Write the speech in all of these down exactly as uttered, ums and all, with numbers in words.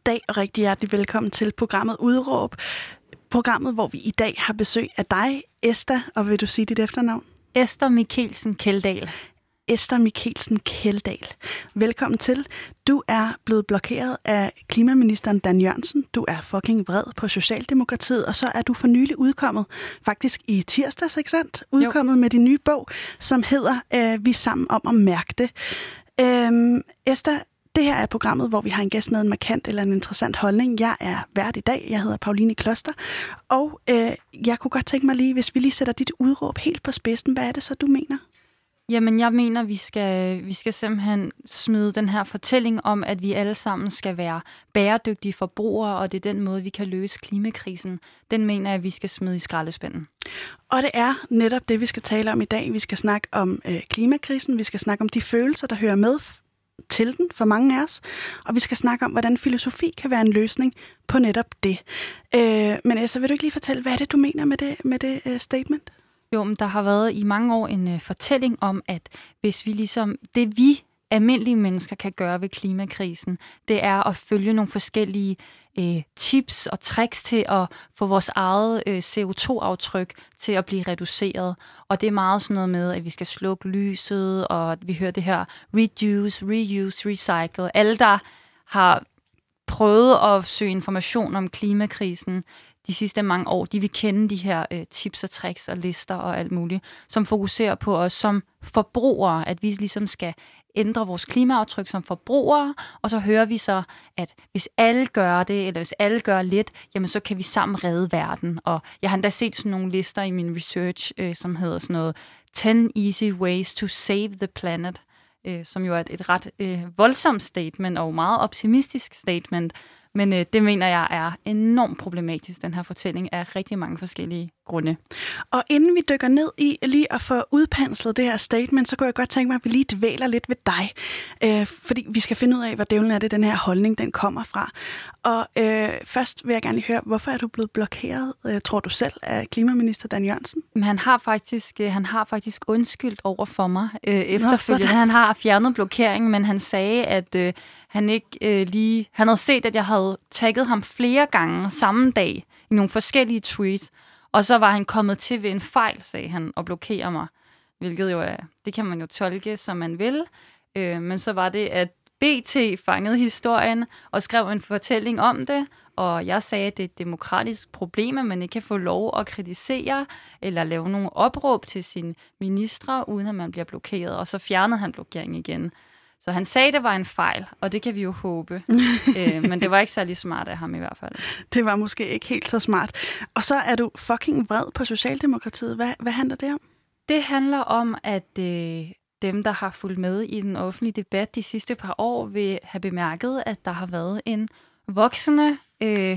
dag og rigtig hjertelig velkommen til programmet Udråb. Programmet, hvor vi i dag har besøg af dig, Esther, og vil du sige dit efternavn? Esther Michelsen Kjeldahl. Esther Michelsen Kjeldahl. Velkommen til. Du er blevet blokeret af klimaministeren Dan Jørgensen. Du er fucking vred på Socialdemokratiet, og så er du for nylig udkommet, faktisk i tirsdags, ikke sandt? Udkommet jo. Med din nye bog, som hedder øh, Vi er sammen om at mærke det. Øhm, Esther, det her er programmet, hvor vi har en gæst med en markant eller en interessant holdning. Jeg er vært i dag. Jeg hedder Pauline Kloster. Og øh, jeg kunne godt tænke mig lige, hvis vi lige sætter dit udråb helt på spidsen, hvad er det så, du mener? Jamen, jeg mener, vi skal, vi skal simpelthen smide den her fortælling om, at vi alle sammen skal være bæredygtige forbrugere, og det er den måde, vi kan løse klimakrisen. Den mener jeg, at vi skal smide i skraldespanden. Og det er netop det, vi skal tale om i dag. Vi skal snakke om øh, klimakrisen. Vi skal snakke om de følelser, der hører med til den for mange af os. Og vi skal snakke om, hvordan filosofi kan være en løsning på netop det. Øh, men Esther, vil du ikke lige fortælle, hvad er det, du mener med det, med det uh, statement? Jo, men der har været i mange år en uh, fortælling om, at hvis vi ligesom, det vi almindelige mennesker kan gøre ved klimakrisen, det er at følge nogle forskellige uh, tips og tricks til at få vores eget uh, C O to aftryk til at blive reduceret. Og det er meget sådan noget med, at vi skal slukke lyset, og vi hører det her reduce, reuse, recycle. Alle, der har prøvet at søge information om klimakrisen de sidste mange år, de vil kende de her øh, tips og tricks og lister og alt muligt, som fokuserer på os som forbrugere, at vi ligesom skal ændre vores klimaaftryk som forbrugere, og så hører vi så, at hvis alle gør det, eller hvis alle gør lidt, jamen så kan vi sammen redde verden. Og jeg har endda set sådan nogle lister i min research, øh, som hedder sådan noget ten easy ways to save the planet, øh, som jo er et, et ret øh, voldsomt statement, og meget optimistisk statement. Men øh, det mener jeg er enormt problematisk, den her fortælling, af rigtig mange forskellige grunde. Og inden vi dykker ned i lige at få udpenslet det her statement, så kunne jeg godt tænke mig, at vi lige dvæler lidt ved dig. Øh, fordi vi skal finde ud af, hvor dævlen er det, den her holdning, den kommer fra. Og øh, først vil jeg gerne høre, hvorfor er du blevet blokeret, øh, tror du selv, af klimaminister Dan Jørgensen? Men han har faktisk, øh, han har faktisk undskyldt over for mig øh, efterfølgende. Nå, han har fjernet blokeringen, men han sagde, at øh, han ikke øh, lige... Han havde set, at jeg havde tagget ham flere gange samme dag i nogle forskellige tweets, og så var han kommet til ved en fejl, sagde han, og blokerer mig. Hvilket jo er... Det kan man jo tolke, som man vil. Øh, men så var det, at B T fangede historien og skrev en fortælling om det, og jeg sagde, at det er et demokratisk problem, at man ikke kan få lov at kritisere eller lave nogle opråb til sine ministre, uden at man bliver blokeret, og så fjernede han blokeringen igen. Så han sagde, at det var en fejl, og det kan vi jo håbe. øh, men det var ikke særlig smart af ham i hvert fald. Det var måske ikke helt så smart. Og så er du fucking vred på Socialdemokratiet. Hvad, hvad handler det om? Det handler om, at øh, dem, der har fulgt med i den offentlige debat de sidste par år, vil have bemærket, at der har været en voksende, øh,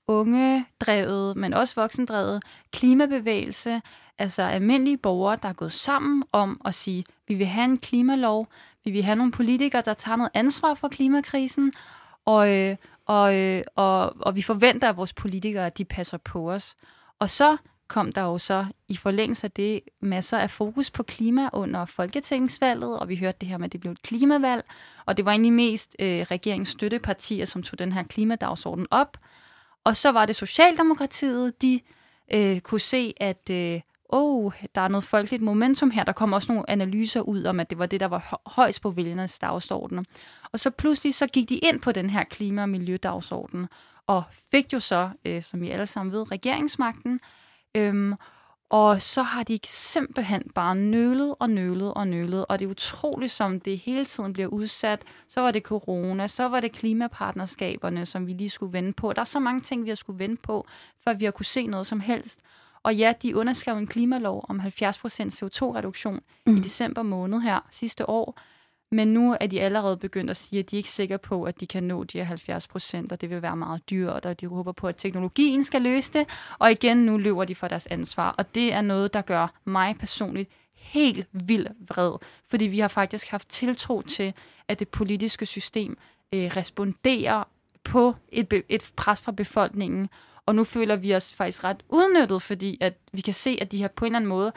unge-drevet, men også voksendrevet klimabevægelse. Altså almindelige borgere, der er gået sammen om at sige, vi vil have en klimalov, vi vil have nogle politikere, der tager noget ansvar for klimakrisen, og, øh, og, øh, og, og vi forventer af vores politikere, at de passer på os. Og så kom der jo så i forlængelse af det masser af fokus på klima under folketingsvalget, og vi hørte det her med, at det blev et klimavalg, og det var egentlig mest øh, regeringens støttepartier, som tog den her klimadagsorden op. Og så var det Socialdemokratiet, de øh, kunne se, at øh, oh, der er noget folkeligt momentum her. Der kom også nogle analyser ud om, at det var det, der var højst på vælgernes dagsorden. Og så pludselig så gik de ind på den her klima- og miljødagsorden, og fik jo så, øh, som vi alle sammen ved, regeringsmagten. Øhm, og så har de simpelthen bare nølet og nølet og nølet, og det er utroligt, som det hele tiden bliver udsat. Så var det corona, så var det klimapartnerskaberne, som vi lige skulle vende på. Der er så mange ting, vi har skulle vende på, før vi har kunne se noget som helst. Og ja, de underskrev en klimalov om halvfjerds procent C O to reduktion mm. i december måned her sidste år. Men nu er de allerede begyndt at sige, at de ikke er sikre på, at de kan nå de her halvfjerds procent, og det vil være meget dyrt, og de håber på, at teknologien skal løse det. Og igen, nu løber de fra deres ansvar, og det er noget, der gør mig personligt helt vildt vred. Fordi vi har faktisk haft tiltro til, at det politiske system øh, responderer på et, be- et pres fra befolkningen. Og nu føler vi os faktisk ret udnyttet, fordi at vi kan se, at de her på en eller anden måde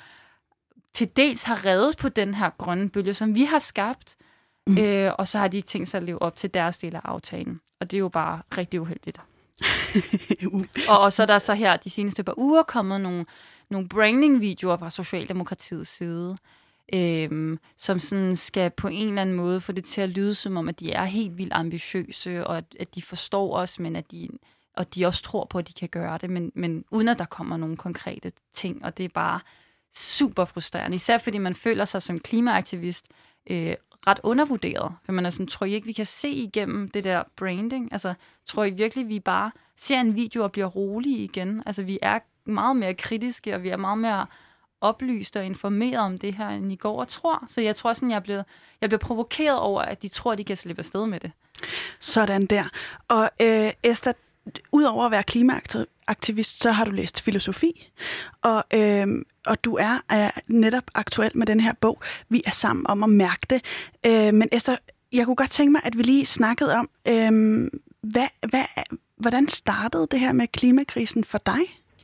til dels har reddet på den her grønne bølge, som vi har skabt, mm. øh, og så har de ikke tænkt sig at leve op til deres del af aftalen. Og og det er jo bare rigtig uheldigt. og, og så er der så her de seneste par uger kommet nogle, nogle branding-videoer fra Socialdemokratiets side, øhm, som sådan skal på en eller anden måde få det til at lyde som om, at de er helt vildt ambitiøse, og at, at de forstår os, men at de, og de også tror på, at de kan gøre det, men, men uden at der kommer nogle konkrete ting, og det er bare super frustrerende, især fordi man føler sig som klimaaktivist øh, ret undervurderet, for man er sådan, tror I ikke, vi kan se igennem det der branding? Altså, tror I virkelig, vi bare ser en video og bliver rolige igen? Altså, vi er meget mere kritiske, og vi er meget mere oplyst og informeret om det her, end I går og tror. Så jeg tror sådan, jeg bliver, jeg bliver provokeret over, at de tror, at de kan slippe afsted med det. Sådan der. Og øh, Esther, udover at være klimaaktivist, så har du læst filosofi, og, øh, og du er, er netop aktuel med den her bog, Vi er sammen om at mærke det. Øh, men Esther, jeg kunne godt tænke mig, at vi lige snakkede om, øh, hvad, hvad, hvordan startede det her med klimakrisen for dig?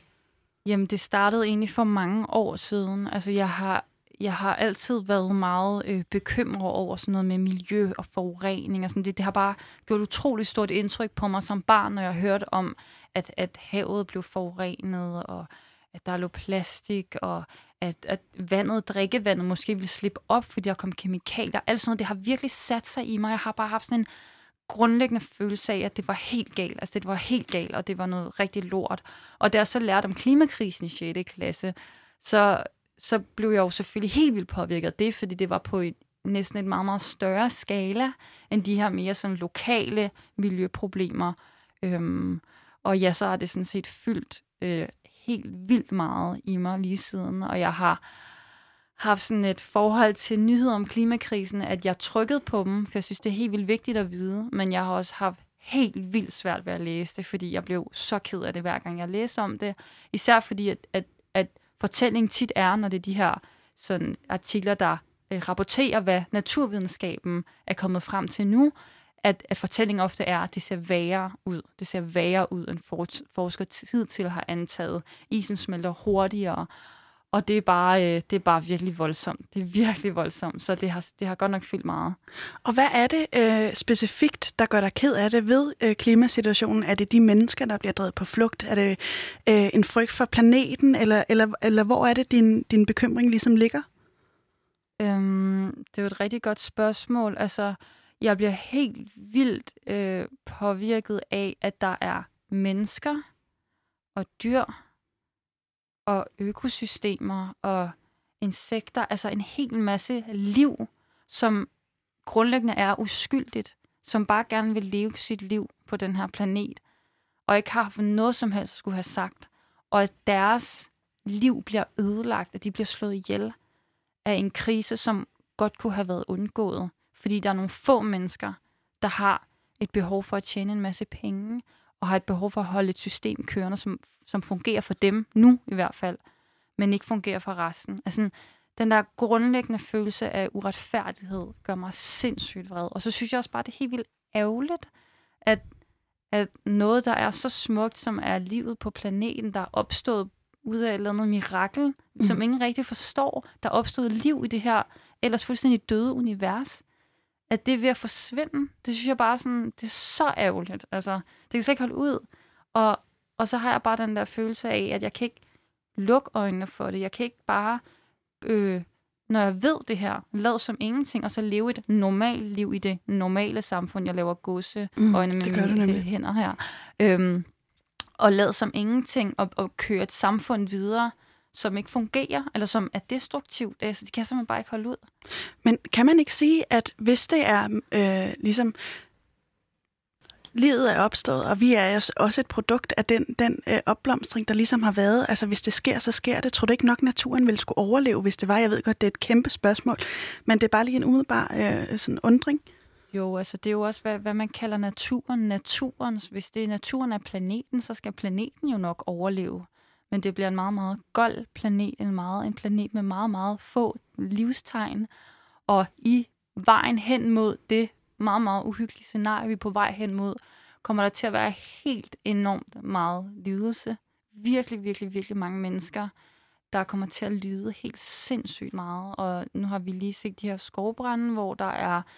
Jamen, det startede egentlig for mange år siden. Altså, jeg har, jeg har altid været meget øh, bekymret over sådan noget med miljø og forurening. Og sådan. Det, det har bare gjort utroligt stort indtryk på mig som barn, når jeg hørte om, at, at havet blev forurenet, og at der lå plastik, og at, at vandet, drikkevandet måske ville slippe op, fordi der kom kemikalier. Alt sådan noget, det har virkelig sat sig i mig. Jeg har bare haft sådan en grundlæggende følelse af, at det var helt galt. Altså, det var helt galt, og det var noget rigtig lort. Og da jeg så lærte om klimakrisen i sjette klasse, så, så blev jeg jo selvfølgelig helt vildt påvirket af det, fordi det var på et, næsten et meget, meget større skala, end de her mere sådan lokale miljøproblemer. Øhm, og ja, så har det sådan set fyldt øh, helt vildt meget i mig lige siden, og jeg har haft sådan et forhold til nyheder om klimakrisen, at jeg trykkede på dem, for jeg synes, det er helt vildt vigtigt at vide, men jeg har også haft helt vildt svært ved at læse det, fordi jeg blev så ked af det, hver gang jeg læste om det. Især fordi, at, at, at fortællingen tit er, når det er de her sådan, artikler, der øh, rapporterer, hvad naturvidenskaben er kommet frem til nu, at, at fortællingen ofte er, at det ser værre ud. Det ser værre ud, end for, forskere tid til har antaget. Isen smelter hurtigere, og det er bare, øh, det er bare virkelig voldsomt. Det er virkelig voldsomt, så det har, det har godt nok fyldt meget. Og hvad er det øh, specifikt, der gør dig ked af det ved øh, klimasituationen? Er det de mennesker, der bliver drevet på flugt? Er det øh, en frygt for planeten, eller, eller, eller hvor er det, din, din bekymring ligesom ligger? Øhm, det er jo et rigtig godt spørgsmål. Altså, jeg bliver helt vildt øh, påvirket af, at der er mennesker og dyr og økosystemer og insekter, altså en hel masse liv, som grundlæggende er uskyldigt, som bare gerne vil leve sit liv på den her planet, og ikke har for noget som helst skulle have sagt, og at deres liv bliver ødelagt, at de bliver slået ihjel af en krise, som godt kunne have været undgået, fordi der er nogle få mennesker, der har et behov for at tjene en masse penge, og har et behov for at holde et system kørende, som, som fungerer for dem, nu i hvert fald, men ikke fungerer for resten. Altså, den der grundlæggende følelse af uretfærdighed gør mig sindssygt vred. Og så synes jeg også bare, det er helt vildt ærgerligt, at, at noget, der er så smukt, som er livet på planeten, der er opstået ud af et eller andet mirakel, mm. som ingen rigtig forstår, der er opstået liv i det her ellers fuldstændig døde univers, at det er ved at forsvinde. Det synes jeg bare sådan, det er så ærgerligt. Altså, det kan slet ikke holde ud. Og, og så har jeg bare den der følelse af, at jeg kan ikke lukke øjnene for det. Jeg kan ikke bare, øh, når jeg ved det her, lade som ingenting, og så leve et normalt liv i det normale samfund. Jeg laver gåseøjne mm, med mine hænder her. Øhm, og lade som ingenting, og, og køre et samfund videre, som ikke fungerer, eller som er destruktivt. Altså, det kan jeg simpelthen bare ikke holde ud. Men kan man ikke sige, at hvis det er øh, ligesom livet er opstået, og vi er også et produkt af den, den øh, opblomstring, der ligesom har været, altså hvis det sker, så sker det. Tror du ikke nok, naturen ville skulle overleve, hvis det var? Jeg ved godt, det er et kæmpe spørgsmål, men det er bare lige en umiddelbar øh, sådan undring. Jo, altså det er jo også, hvad, hvad man kalder naturen. Naturen, hvis det er naturen af planeten, så skal planeten jo nok overleve. Men det bliver en meget, meget gold planet, en, meget, en planet med meget, meget få livstegn. Og i vejen hen mod det meget, meget uhyggelige scenarie, vi er på vej hen mod, kommer der til at være helt enormt meget lidelse. Virkelig, virkelig, virkelig mange mennesker, der kommer til at lide helt sindssygt meget. Og nu har vi lige set de her skovbrande, hvor der er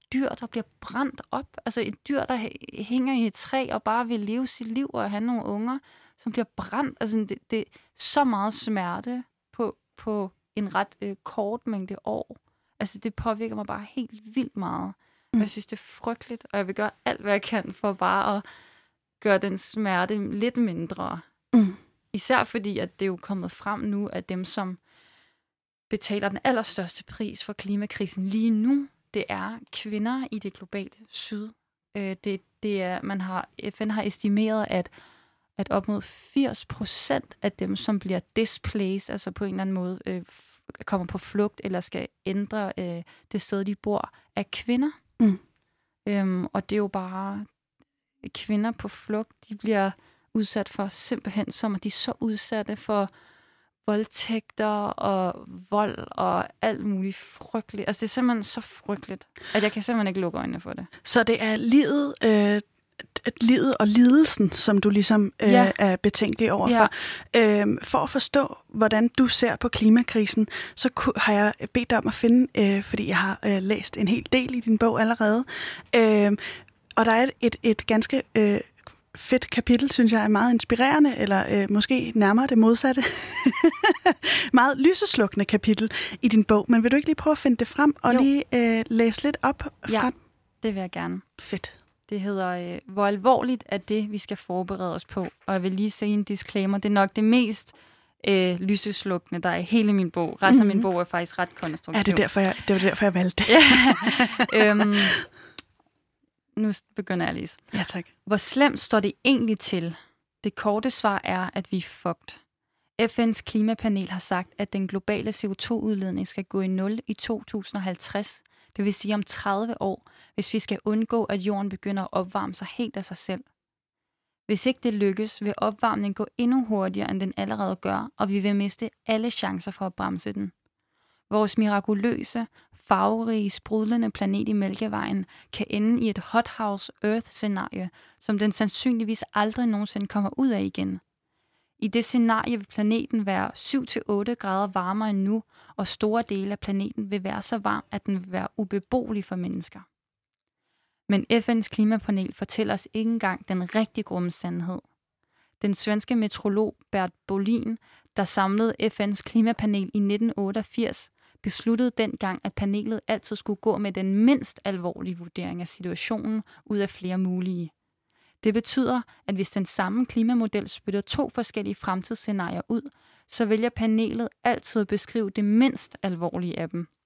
dyr, der bliver brændt op. Altså et dyr, der hænger i et træ og bare vil leve sit liv og have nogle unger, som bliver brændt. Altså det, det er så meget smerte på, på en ret øh, kort mængde år. Altså det påvirker mig bare helt vildt meget. Mm. Jeg synes, det er frygteligt, og jeg vil gøre alt, hvad jeg kan for bare at gøre den smerte lidt mindre. Mm. Især fordi, at det er jo kommet frem nu, at dem, som betaler den allerstørste pris for klimakrisen lige nu, det er kvinder i det globale syd. Øh, det, det er, man har, F N har estimeret, at, at op mod firs procent af dem, som bliver displaced, altså på en eller anden måde øh, kommer på flugt eller skal ændre øh, det sted, de bor, er kvinder. Mm. Øhm, og det er jo bare kvinder på flugt, de bliver udsat for simpelthen som, at de er så udsatte for voldtægter og vold og alt muligt frygteligt. Altså det er simpelthen så frygteligt, at jeg kan simpelthen ikke lukke øjnene for det. Så det er livet, øh, livet og lidelsen, som du ligesom øh, ja. er betænkelig overfor. Ja. Øh, for at forstå, hvordan du ser på klimakrisen, så ku- har jeg bedt dig om at finde, øh, fordi jeg har øh, læst en hel del i din bog allerede, øh, og der er et, et, et ganske øh, fedt kapitel, synes jeg er meget inspirerende, eller øh, måske nærmere det modsatte. Meget lyseslukkende kapitel i din bog. Men vil du ikke lige prøve at finde det frem og jo. lige øh, læse lidt op ja, frem? Det vil jeg gerne. Fedt. Det hedder, øh, hvor alvorligt er det, vi skal forberede os på. Og jeg vil lige se en disclaimer. Det er nok det mest øh, lyseslukkende, der er i hele min bog. Resten mm-hmm. af min bog er faktisk ret konstruktiv. Ja, det, er derfor, jeg, det var derfor, jeg valgte det. ja. øhm, Nu begynder jeg at læse. Ja, tak. Hvor slemt står det egentlig til? Det korte svar er, at vi er fucked. F N's klimapanel har sagt, at den globale C O to udledning skal gå i nul i to tusind og halvtreds. Det vil sige om tredive år, hvis vi skal undgå, at jorden begynder at opvarme sig helt af sig selv. Hvis ikke det lykkes, vil opvarmningen gå endnu hurtigere, end den allerede gør, og vi vil miste alle chancer for at bremse den. Vores mirakuløse, farverige, sprudlende planet i Mælkevejen kan ende i et hothouse Earth-scenarie, som den sandsynligvis aldrig nogensinde kommer ud af igen. I det scenarie vil planeten være syv til otte grader varmere end nu, og store dele af planeten vil være så varm, at den vil være ubeboelig for mennesker. Men F N's klimapanel fortæller os ikke engang den rigtig grumme sandhed. Den svenske meteorolog Bert Bolin, der samlede F N's klimapanel i nitten otteogfirs, besluttede dengang, at panelet altid skulle gå med den mindst alvorlige vurdering af situationen ud af flere mulige. Det betyder, at hvis den samme klimamodel spytter to forskellige fremtidsscenarier ud, så vælger panelet altid at beskrive det mindst alvorlige af dem.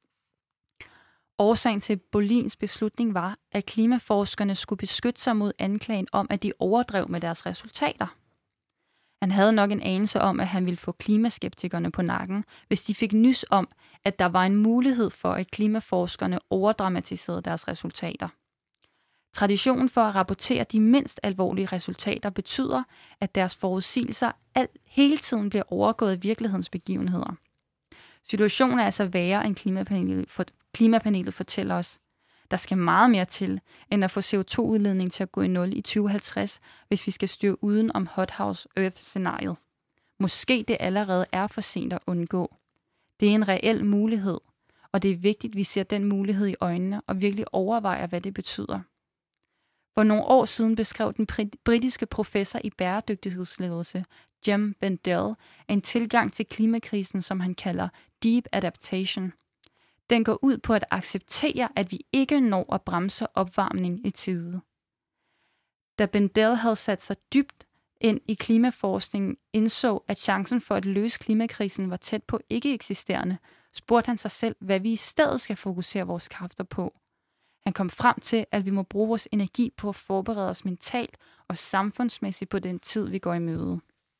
Årsagen til Bolins beslutning var, at klimaforskerne skulle beskytte sig mod anklagen om, at de overdrev med deres resultater. Han havde nok en anelse om, at han ville få klimaskeptikerne på nakken, hvis de fik nys om, at der var en mulighed for, at klimaforskerne overdramatiserede deres resultater. Traditionen for at rapportere de mindst alvorlige resultater betyder, at deres forudsigelser alt, hele tiden bliver overgået af virkelighedens begivenheder. Situationen er altså værre, end klimapanelet, for, klimapanelet fortæller os. Der skal meget mere til, end at få C O to udledning til at gå i nul i tyve halvtreds, hvis vi skal styre uden om hothouse Earth-scenariet. Måske det allerede er for sent at undgå. Det er en reel mulighed, og det er vigtigt, at vi ser den mulighed i øjnene og virkelig overvejer, hvad det betyder. For nogle år siden beskrev den britiske professor i bæredygtighedsledelse, Jem Bendell, en tilgang til klimakrisen, som han kalder deep adaptation. Den går ud på at acceptere, at vi ikke når at bremse opvarmning i tide. Da Bendell havde sat sig dybt ind i klimaforskningen, indså, at chancen for at løse klimakrisen var tæt på ikke eksisterende, spurgte han sig selv, hvad vi i stedet skal fokusere vores kræfter på. Han kom frem til, at vi må bruge vores energi på at forberede os mentalt og samfundsmæssigt på den tid, vi går i møde.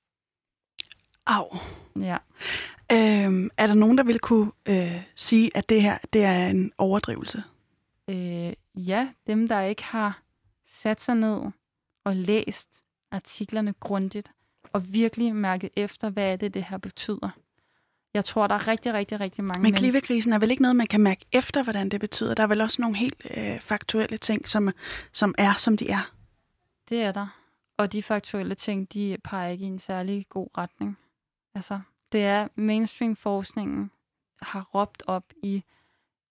Au. Ja. Øhm, er der nogen, der vil kunne øh, sige, at det her det er en overdrivelse? Øh, ja, dem, der ikke har sat sig ned og læst artiklerne grundigt og virkelig mærket efter, hvad er det, det her betyder. Jeg tror, der er rigtig, rigtig, rigtig mange... Men klimakrisen er vel ikke noget, man kan mærke efter, hvordan det betyder? Der er vel også nogle helt øh, faktuelle ting, som, som er, som de er? Det er der. Og de faktuelle ting, de peger ikke i en særlig god retning. Altså, det er mainstream-forskningen har råbt op i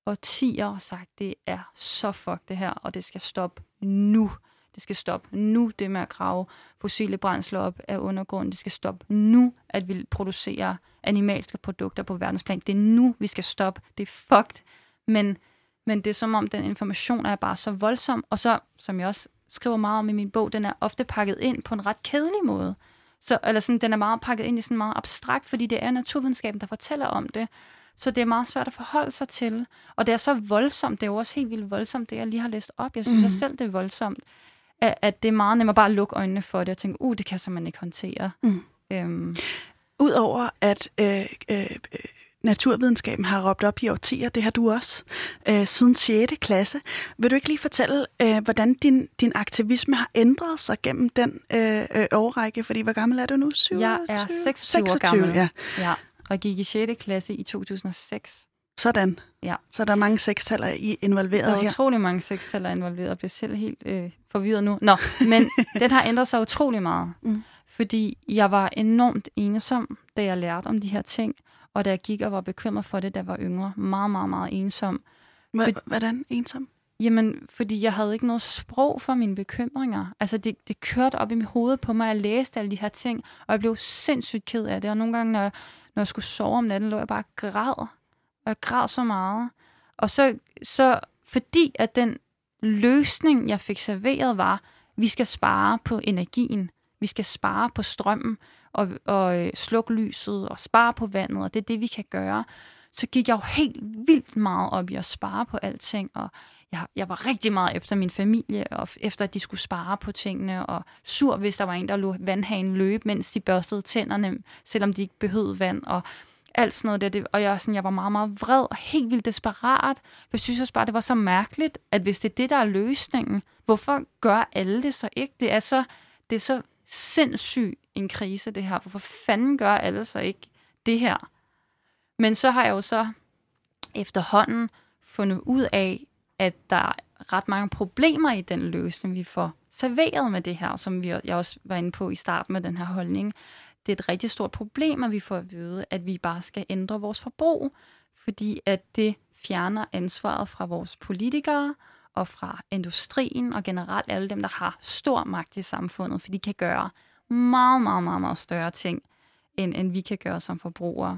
årtier og sagt, det er så fuck det her, og det skal stoppe nu. Det skal stoppe nu, det med at grave fossile brændsler op af undergrunden. Det skal stoppe nu, at vi producerer animalske produkter på verdensplan. Det er nu, vi skal stoppe. Det er fucked. Men, men det er som om, den information er bare så voldsom. Og så, som jeg også skriver meget om i min bog, den er ofte pakket ind på en ret kedelig måde. Så, eller sådan, den er meget pakket ind i sådan meget abstrakt, fordi det er naturvidenskaben, der fortæller om det. Så det er meget svært at forholde sig til. Og det er så voldsomt. Det er jo også helt vildt voldsomt, det jeg lige har læst op. Jeg synes mm. selv, det er voldsomt. At det er meget nemmere bare at lukke øjnene for det og tænke, uh, det kan så man ikke håndtere. Mm. Øhm. Udover at øh, øh, naturvidenskaben har råbt op i årtier, det har du også, øh, siden sjette klasse. Vil du ikke lige fortælle, øh, hvordan din, din aktivisme har ændret sig gennem den øh, øh, årrække? Fordi hvor gammel er du nu? syvogtyve? Jeg er seksogtyve, seksogtyve år gammel. Ja. Ja, og gik i sjette klasse i to tusind og seks. Sådan. Ja. Så der er mange sekstaller involveret her. Der er her. utrolig mange sekstaller involveret, og bliver selv helt øh, forvirret nu. Nå, men den har ændret sig utrolig meget. Mm. Fordi jeg var enormt ensom, da jeg lærte om de her ting, og da jeg gik og var bekymret for det, da jeg var yngre. Meget, meget, meget ensom. H- hvordan ensom? Jamen, fordi jeg havde ikke noget sprog for mine bekymringer. Altså, det, det kørte op i mit hoved på mig, jeg læste alle de her ting, og jeg blev sindssygt ked af det. Og nogle gange, når jeg, når jeg skulle sove om natten, lå jeg bare og græd. Og jeg græd så meget. Og så, så fordi at den løsning, jeg fik serveret, var, vi skal spare på energien. Vi skal spare på strømmen og, og slukke lyset og spare på vandet, og det er det, vi kan gøre. Så gik jeg jo helt vildt meget op i at spare på alting, og jeg, jeg var rigtig meget efter min familie, og efter at de skulle spare på tingene, og sur, hvis der var en, der lå vandhanen løbe, mens de børstede tænderne, selvom de ikke behøvede vand, og alt sådan noget der. Det, og jeg, sådan, jeg var meget, meget vred og helt vildt desperat. Jeg synes også bare, det var så mærkeligt, at hvis det er det, der er løsningen, hvorfor gør alle det så ikke? Det er så, det er så sindssygt en krise, det her. Hvorfor fanden gør alle så ikke det her? Men så har jeg jo så efterhånden fundet ud af, at der er ret mange problemer i den løsning, vi får serveret med det her, som vi, jeg også var inde på i starten med den her holdning. Det er et rigtig stort problem, at vi får at vide, at vi bare skal ændre vores forbrug, fordi at det fjerner ansvaret fra vores politikere og fra industrien og generelt alle dem, der har stor magt i samfundet, for de kan gøre meget, meget, meget, meget større ting, end, end vi kan gøre som forbrugere.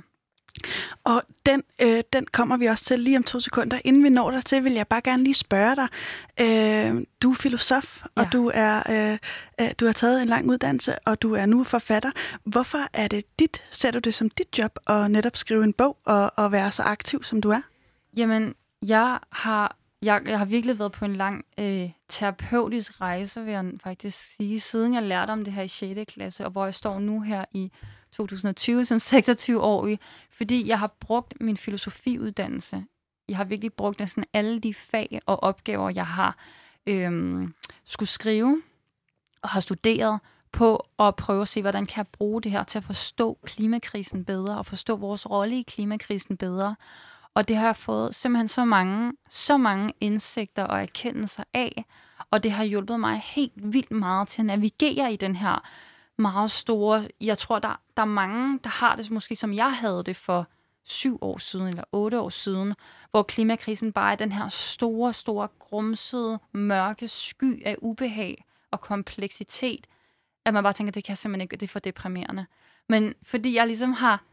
Og den, øh, den kommer vi også til lige om to sekunder. Inden vi når der til, vil jeg bare gerne lige spørge dig. Øh, du er filosof, og ja. du, er, øh, øh, du har taget en lang uddannelse, og du er nu forfatter. Hvorfor er det dit, ser du det som dit job at netop skrive en bog og, og være så aktiv, som du er? Jamen, jeg har, jeg, jeg har virkelig været på en lang øh, terapeutisk rejse, vil jeg faktisk sige, siden jeg lærte om det her i sjette klasse, og hvor jeg står nu her i to tusind og tyve som seksogtyve-årig, fordi jeg har brugt min filosofiuddannelse. Jeg har virkelig brugt næsten alle de fag og opgaver, jeg har øhm, skulle skrive og har studeret på at prøve at se, hvordan kan jeg bruge det her til at forstå klimakrisen bedre og forstå vores rolle i klimakrisen bedre. Og det har jeg fået simpelthen så mange, så mange indsigter og erkendelser af, og det har hjulpet mig helt vildt meget til at navigere i den her meget store. Jeg tror, der, der er mange, der har det måske, som jeg havde det for syv år siden eller otte år siden, hvor klimakrisen bare er den her store, store, grumsede, mørke sky af ubehag og kompleksitet, at man bare tænker, det kan simpelthen ikke, det er for deprimerende. Men fordi jeg ligesom har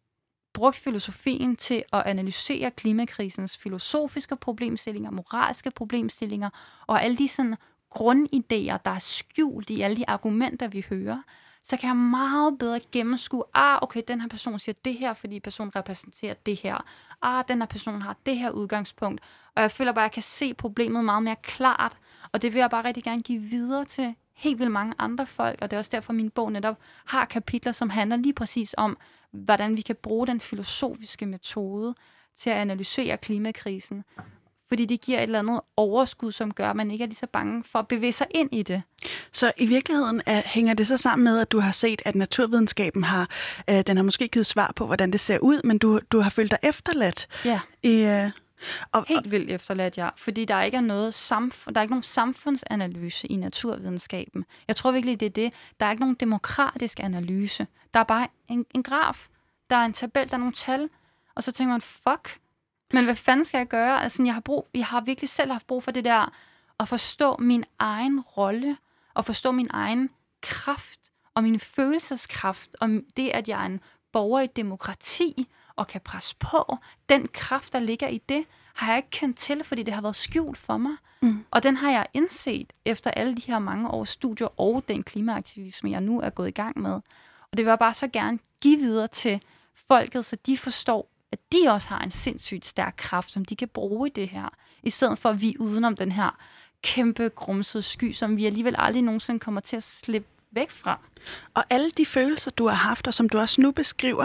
brugt filosofien til at analysere klimakrisens filosofiske problemstillinger, moralske problemstillinger og alle de sådan grundidéer, der er skjult i alle de argumenter, vi hører, så kan jeg meget bedre gennemskue, ah, okay, den her person siger det her, fordi personen repræsenterer det her. Ah, den her person har det her udgangspunkt. Og jeg føler bare, at jeg kan se problemet meget mere klart, og det vil jeg bare rigtig gerne give videre til helt vildt mange andre folk, og det er også derfor, min bog netop har kapitler, som handler lige præcis om, hvordan vi kan bruge den filosofiske metode til at analysere klimakrisen. Fordi det giver et eller andet overskud, som gør, at man ikke er lige så bange for at bevæge sig ind i det. Så i virkeligheden er, hænger det så sammen med, at du har set, at naturvidenskaben har, øh, den har måske givet svar på, hvordan det ser ud, men du, du har følt dig efterladt? Ja. I, øh, og, Helt vildt efterladt, ja. Fordi der ikke er noget samf- der er ikke nogen samfundsanalyse i naturvidenskaben. Jeg tror virkelig, det er det. Der er ikke nogen demokratisk analyse. Der er bare en, en graf. Der er en tabel, der er nogle tal. Og så tænker man, fuck, Men hvad fanden skal jeg gøre? Altså, jeg har, brug, jeg har virkelig selv haft brug for det der, at forstå min egen rolle, og forstå min egen kraft, og min følelseskraft, og det, at jeg er en borger i et demokrati, og kan presse på. Den kraft, der ligger i det, har jeg ikke kendt til, fordi det har været skjult for mig. Mm. Og den har jeg indset efter alle de her mange års studier, og den klimaaktivisme, jeg nu er gået i gang med. Og det vil jeg bare så gerne give videre til folket, så de forstår, at de også har en sindssygt stærk kraft, som de kan bruge i det her, i stedet for at vi udenom den her kæmpe grumsede sky, som vi alligevel aldrig nogensinde kommer til at slippe væk fra. Og alle de følelser, du har haft, og som du også nu beskriver,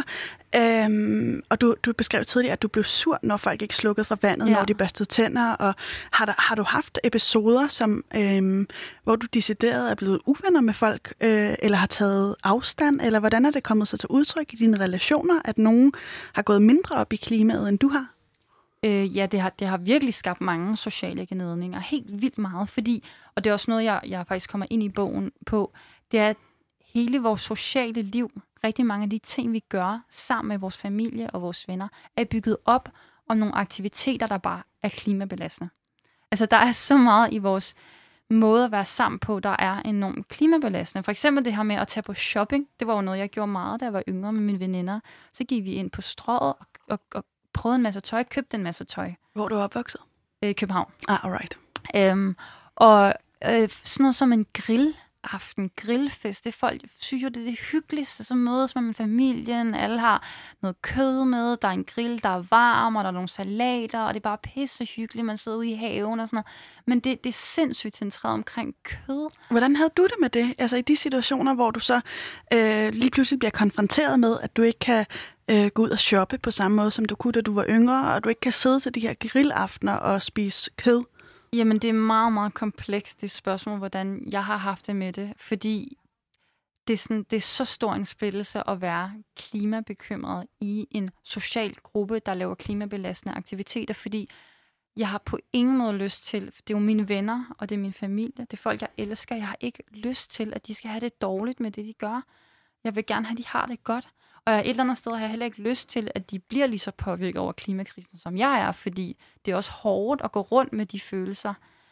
øhm, og du, du beskrev tidligere, at du blev sur, når folk ikke slukkede fra vandet, ja. Når de børstede tænder, og har, der, har du haft episoder, som, øhm, hvor du decideret er blevet uvenner med folk, øh, eller har taget afstand, eller hvordan er det kommet så til udtryk i dine relationer, at nogen har gået mindre op i klimaet, end du har? Øh, ja, det har, det har virkelig skabt mange sociale gnidninger, helt vildt meget, fordi, og det er også noget, jeg, jeg faktisk kommer ind i bogen på, det er, at hele vores sociale liv, rigtig mange af de ting, vi gør sammen med vores familie og vores venner, er bygget op om nogle aktiviteter, der bare er klimabelastende. Altså, der er så meget i vores måde at være sammen på, der er enormt klimabelastende. For eksempel det her med at tage på shopping, det var jo noget, jeg gjorde meget, da jeg var yngre med mine veninder. Så gik vi ind på Strøget og, og, og prøvede en masse tøj, købte en masse tøj. Hvor er du opvokset? Øh, København. Ah, alright. Øhm, og øh, sådan noget som en grill, aften, grillfest, det folk synes jo, det er det hyggeligste, så mødes man med familien, alle har noget kød med, der er en grill, der er varm, og der er nogle salater, og det er bare pisse hyggeligt, man sidder ude i haven og sådan noget. Men det, det er sindssygt centreret omkring kød. Hvordan havde du det med det? Altså i de situationer, hvor du så øh, lige pludselig bliver konfronteret med, at du ikke kan øh, gå ud og shoppe på samme måde, som du kunne, da du var yngre, og du ikke kan sidde til de her grillaftener og spise kød? Jamen, det er meget, meget komplekst, det spørgsmål, hvordan jeg har haft det med det. Fordi det er, sådan, det er så stor en splittelse at være klimabekymret i en social gruppe, der laver klimabelastende aktiviteter. Fordi jeg har på ingen måde lyst til, det er jo mine venner, og det er min familie, det er folk, jeg elsker. Jeg har ikke lyst til, at de skal have det dårligt med det, de gør. Jeg vil gerne have, at de har det godt. Og et eller andet sted har jeg heller ikke lyst til, at de bliver lige så påvirket over klimakrisen, som jeg er, fordi det er også hårdt at gå rundt med de følelser.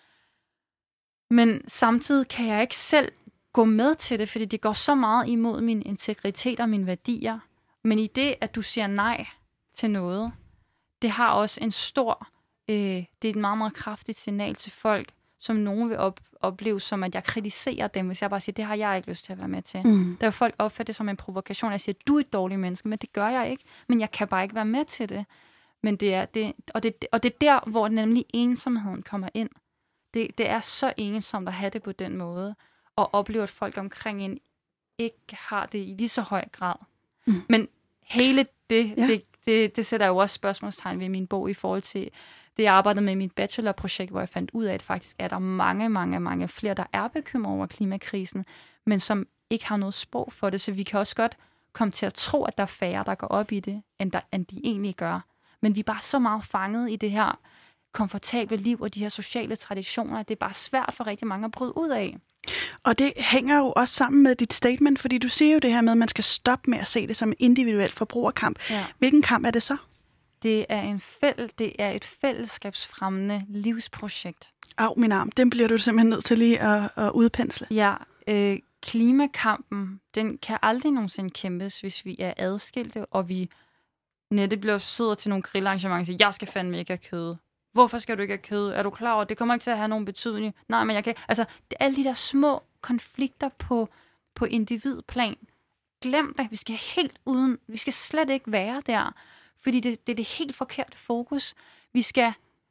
Men samtidig kan jeg ikke selv gå med til det, fordi det går så meget imod min integritet og mine værdier. Men i det, at du siger nej til noget, det har også en stor, øh, det er et meget, meget kraftigt signal til folk, som nogen vil op- opleve som, at jeg kritiserer dem, hvis jeg bare siger, det har jeg ikke lyst til at være med til. Mm. Der vil folk opfatte det som en provokation. Jeg siger, du er et dårligt menneske, men det gør jeg ikke. Men jeg kan bare ikke være med til det. Men det er, det, og, det, og det er der, hvor nemlig ensomheden kommer ind. Det, det er så ensomt at have det på den måde, og opleve, at folk omkring en ikke har det i lige så høj grad. Mm. Men hele det, ja. det, det, det sætter jo også spørgsmålstegn ved min bog i forhold til det, jeg arbejdede med i mit bachelorprojekt, hvor jeg fandt ud af, at faktisk er der mange, mange, mange flere, der er bekymret over klimakrisen, men som ikke har noget sprog for det, så vi kan også godt komme til at tro, at der er færre, der går op i det, end, der, end de egentlig gør. Men vi er bare så meget fanget i det her komfortable liv og de her sociale traditioner, at det er bare svært for rigtig mange at bryde ud af. Og det hænger jo også sammen med dit statement, fordi du siger jo det her med, at man skal stoppe med at se det som en individuel forbrugerkamp. Ja. Hvilken kamp er det så? Det er, en fæl- det er et fællesskabsfremmende livsprojekt. Au, min arm. Den bliver du simpelthen nødt til lige at, at udpensle. Ja, øh, klimakampen, den kan aldrig nogensinde kæmpes, hvis vi er adskilte, og vi netop bliver sidder til nogle grillarrangementer og siger, jeg skal fandme ikke have kød. Hvorfor skal du ikke have kød? Er du klar over, det kommer ikke til at have nogen betydning? Nej, men jeg kan... Altså, det er alle de der små konflikter på, på individplan. Glem det. Vi skal helt uden... Vi skal slet ikke være der. Fordi det, det er det helt forkerte fokus. Vi skal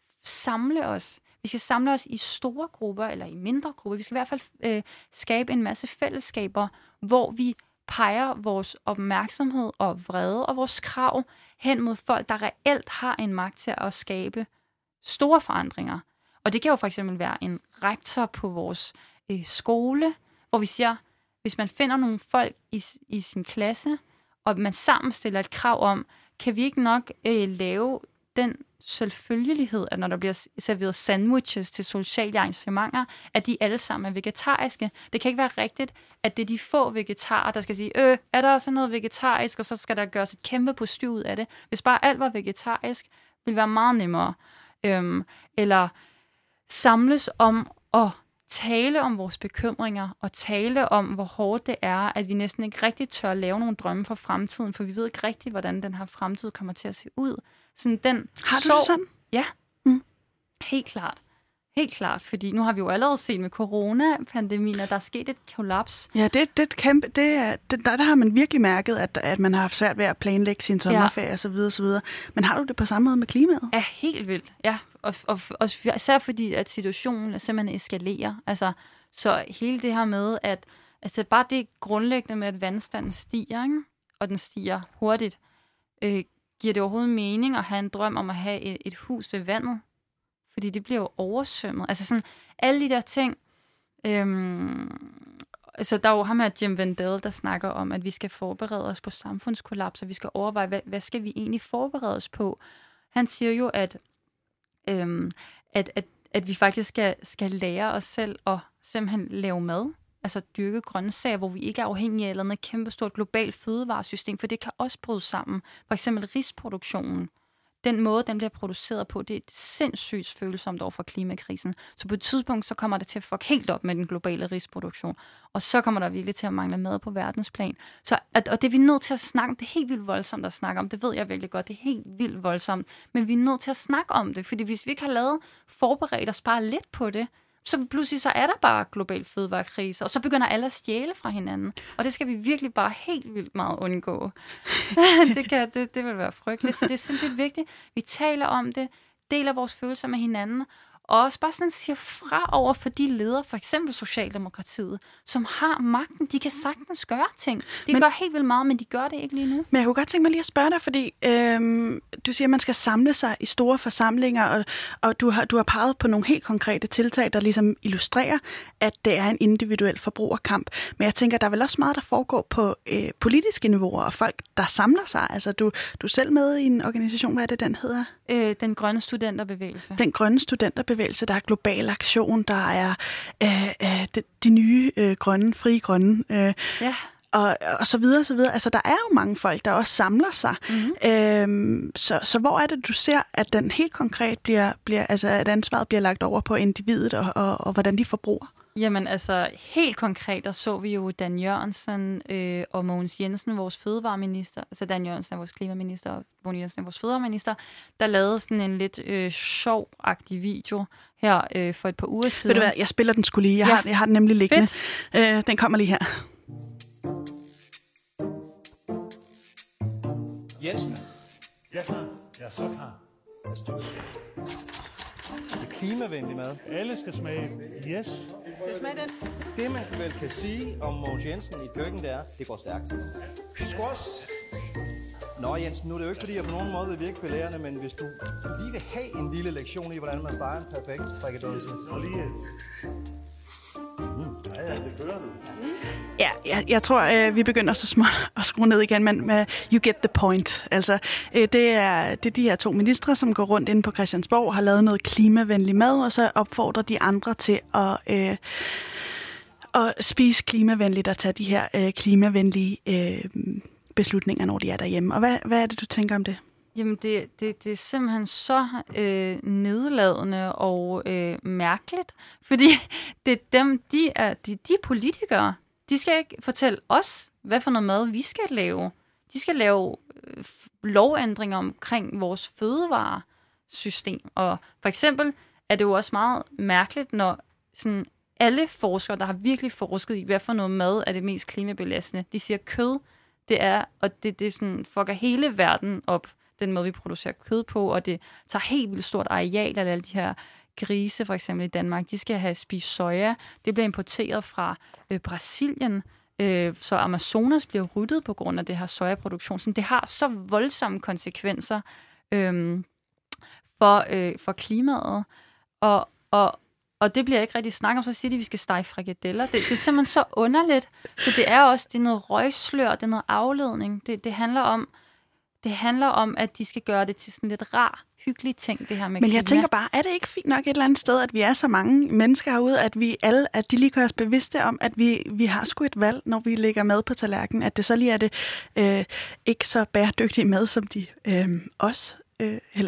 samle os. Vi skal samle os i store grupper, eller i mindre grupper. Vi skal i hvert fald øh, skabe en masse fællesskaber, hvor vi peger vores opmærksomhed og vrede og vores krav hen mod folk, der reelt har en magt til at skabe store forandringer. Og det kan jo for eksempel være en rektor på vores øh, skole, hvor vi siger, hvis man finder nogle folk i, i sin klasse, og man sammen stiller et krav om, kan vi ikke nok øh, lave den selvfølgelighed, at når der bliver serveret sandwiches til sociale arrangementer, at de alle sammen er vegetariske. Det kan ikke være rigtigt, at det er de få vegetarer, der skal sige, øh, er der også noget vegetarisk, og så skal der gøres et kæmpe postyr ud af det. Hvis bare alt var vegetarisk, vil være meget nemmere. Øhm, eller samles om at tale om vores bekymringer, og tale om, hvor hårdt det er, at vi næsten ikke rigtig tør lave nogle drømme for fremtiden, for vi ved ikke rigtig, hvordan den her fremtid kommer til at se ud. Sådan den har du sorg, det sådan? Ja, mm. helt klart. Helt klart, fordi nu har vi jo allerede set med coronapandemien, at der er sket et kollaps. Ja, det, det, kæmpe, det er, det, der, der har man virkelig mærket, at, at man har haft svært ved at planlægge sin sommerferie ja. osv. osv. Men har du det på samme måde med klimaet? Ja, helt vildt. Ja, og, og, og især fordi, at situationen simpelthen eskalerer. Altså, så hele det her med, at altså bare det grundlæggende med, at vandstanden stiger, ikke? Og den stiger hurtigt, øh, giver det overhovedet mening at have en drøm om at have et, et hus ved vandet? Fordi det bliver jo oversvømmet. Altså sådan, alle de der ting. Øhm, altså der er jo ham her, Jim Vendel, der snakker om, at vi skal forberede os på samfundskollaps, og vi skal overveje, hvad, hvad skal vi egentlig forberede os på? Han siger jo, at, øhm, at, at, at vi faktisk skal, skal lære os selv at simpelthen lave mad. Altså dyrke grøntsager, hvor vi ikke er afhængige af et eller andet kæmpestort globalt fødevaresystem, for det kan også bryde sammen. For eksempel risproduktionen. Den måde, den bliver produceret på, det er et sindssygt følsomt over for klimakrisen. Så på et tidspunkt, så kommer det til at fuck helt op med den globale risproduktion. Og så kommer der virkelig til at mangle mad på verdensplan. Så, at, og det er vi nødt til at snakke om. Det er helt vildt voldsomt at snakke om. Det ved jeg virkelig godt. Det er helt vildt voldsomt. Men vi er nødt til at snakke om det. Fordi hvis vi ikke har lavet forberedt os bare lidt på det, så pludselig så er der bare global fødevarekrise, og så begynder alle at stjæle fra hinanden. Og det skal vi virkelig bare helt vildt meget undgå. det, kan, det, det vil være frygteligt. Så det er sindssygt vigtigt. Vi taler om det, deler vores følelser med hinanden, og også bare sådan siger fra over for de ledere, for eksempel Socialdemokratiet, som har magten. De kan sagtens gøre ting. De men, gør helt vildt meget, men de gør det ikke lige nu. Men jeg kunne godt tænke mig lige at spørge dig, fordi øhm, du siger, at man skal samle sig i store forsamlinger, og, og du, har, du har peget på nogle helt konkrete tiltag, der ligesom illustrerer, at det er en individuel forbrugerkamp. Men jeg tænker, der er vel også meget, der foregår på øh, politiske niveauer, og folk, der samler sig. Altså, du, du er selv med i en organisation, hvad er det, den hedder? Øh, den grønne studenterbevægelse. Den grønne studenterbevægelse. Bevægelse, der er global aktion, der er øh, øh, de, de nye øh, grønne, frie grønne, øh, ja. og, og så videre, så videre. Altså, der er jo mange folk, der også samler sig. Mm-hmm. Øhm, så, så hvor er det, du ser, at den helt konkret bliver, bliver altså, at ansvaret bliver lagt over på individet, og, og, og hvordan de forbruger? Jamen altså, helt konkret, der så vi jo Dan Jørgensen øh, og Mogens Jensen, vores fødevareminister, altså Dan Jørgensen er vores klimaminister, og Mogens Jensen er vores fødevareminister, der lavede sådan en lidt øh, sjov-agtig video her øh, for et par uger siden. Ved du hvad, jeg spiller den skulle lige. Jeg, ja. har, jeg har den nemlig liggende. Øh, den kommer lige her. Jensen. Ja, klar. Jeg er så klar. Det er klimavenlig mad. Alle skal smage. Yes. Skal smage den? Det, man vel kan sige om Mogens Jensen i et køkken, det er, det går stærkt. Squash. Nå Jensen, nu er det jo ikke, fordi jeg på nogen måde vil virke belærende, men hvis du lige vil have en lille lektion i, hvordan man steger en perfekt frikadelse. Og lige... Mm. Ja, ja, det kører du. Ja, jeg, jeg tror, øh, vi begynder så småt at skrue ned igen, men med you get the point. Altså, øh, det, er, det er de her to ministre, som går rundt inde på Christiansborg og har lavet noget klimavenlig mad, og så opfordrer de andre til at, øh, at spise klimavenligt og tage de her øh, klimavenlige øh, beslutninger, når de er derhjemme. Og hvad, hvad er det, du tænker om det? Jamen, det, det, det er simpelthen så øh, nedladende og øh, mærkeligt, fordi det er dem, de er de, de politikere. De skal ikke fortælle os, hvad for noget mad vi skal lave. De skal lave øh, lovændringer omkring vores fødevaresystem. Og for eksempel er det jo også meget mærkeligt, når sådan alle forskere, der har virkelig forsket i, hvad for noget mad er det mest klimabelastende, de siger kød, det er, og det, det sådan fucker hele verden op, den måde, vi producerer kød på, og det tager helt vildt stort areal af alle de her grise, for eksempel i Danmark. De skal have spist soja. Det bliver importeret fra øh, Brasilien, øh, så Amazonas bliver ryddet på grund af det her sojaproduktion. Så det har så voldsomme konsekvenser øh, for, øh, for klimaet. Og, og, og det bliver ikke rigtig snakket om, så siger de, at vi skal stege frikadeller. Det, det er simpelthen så underligt. Så det er også det er noget røgslør, det er noget afledning. Det, det handler om, Det handler om, at de skal gøre det til sådan lidt rar, hyggelig ting, det her med Men jeg klima. tænker bare, er det ikke fint nok et eller andet sted, at vi er så mange mennesker herude, at vi alle, at de lige gør os bevidste om, at vi, vi har sgu et valg, når vi lægger mad på tallerkenen, at det så lige er det øh, ikke så bæredygtige mad, som de øh, også øh, eller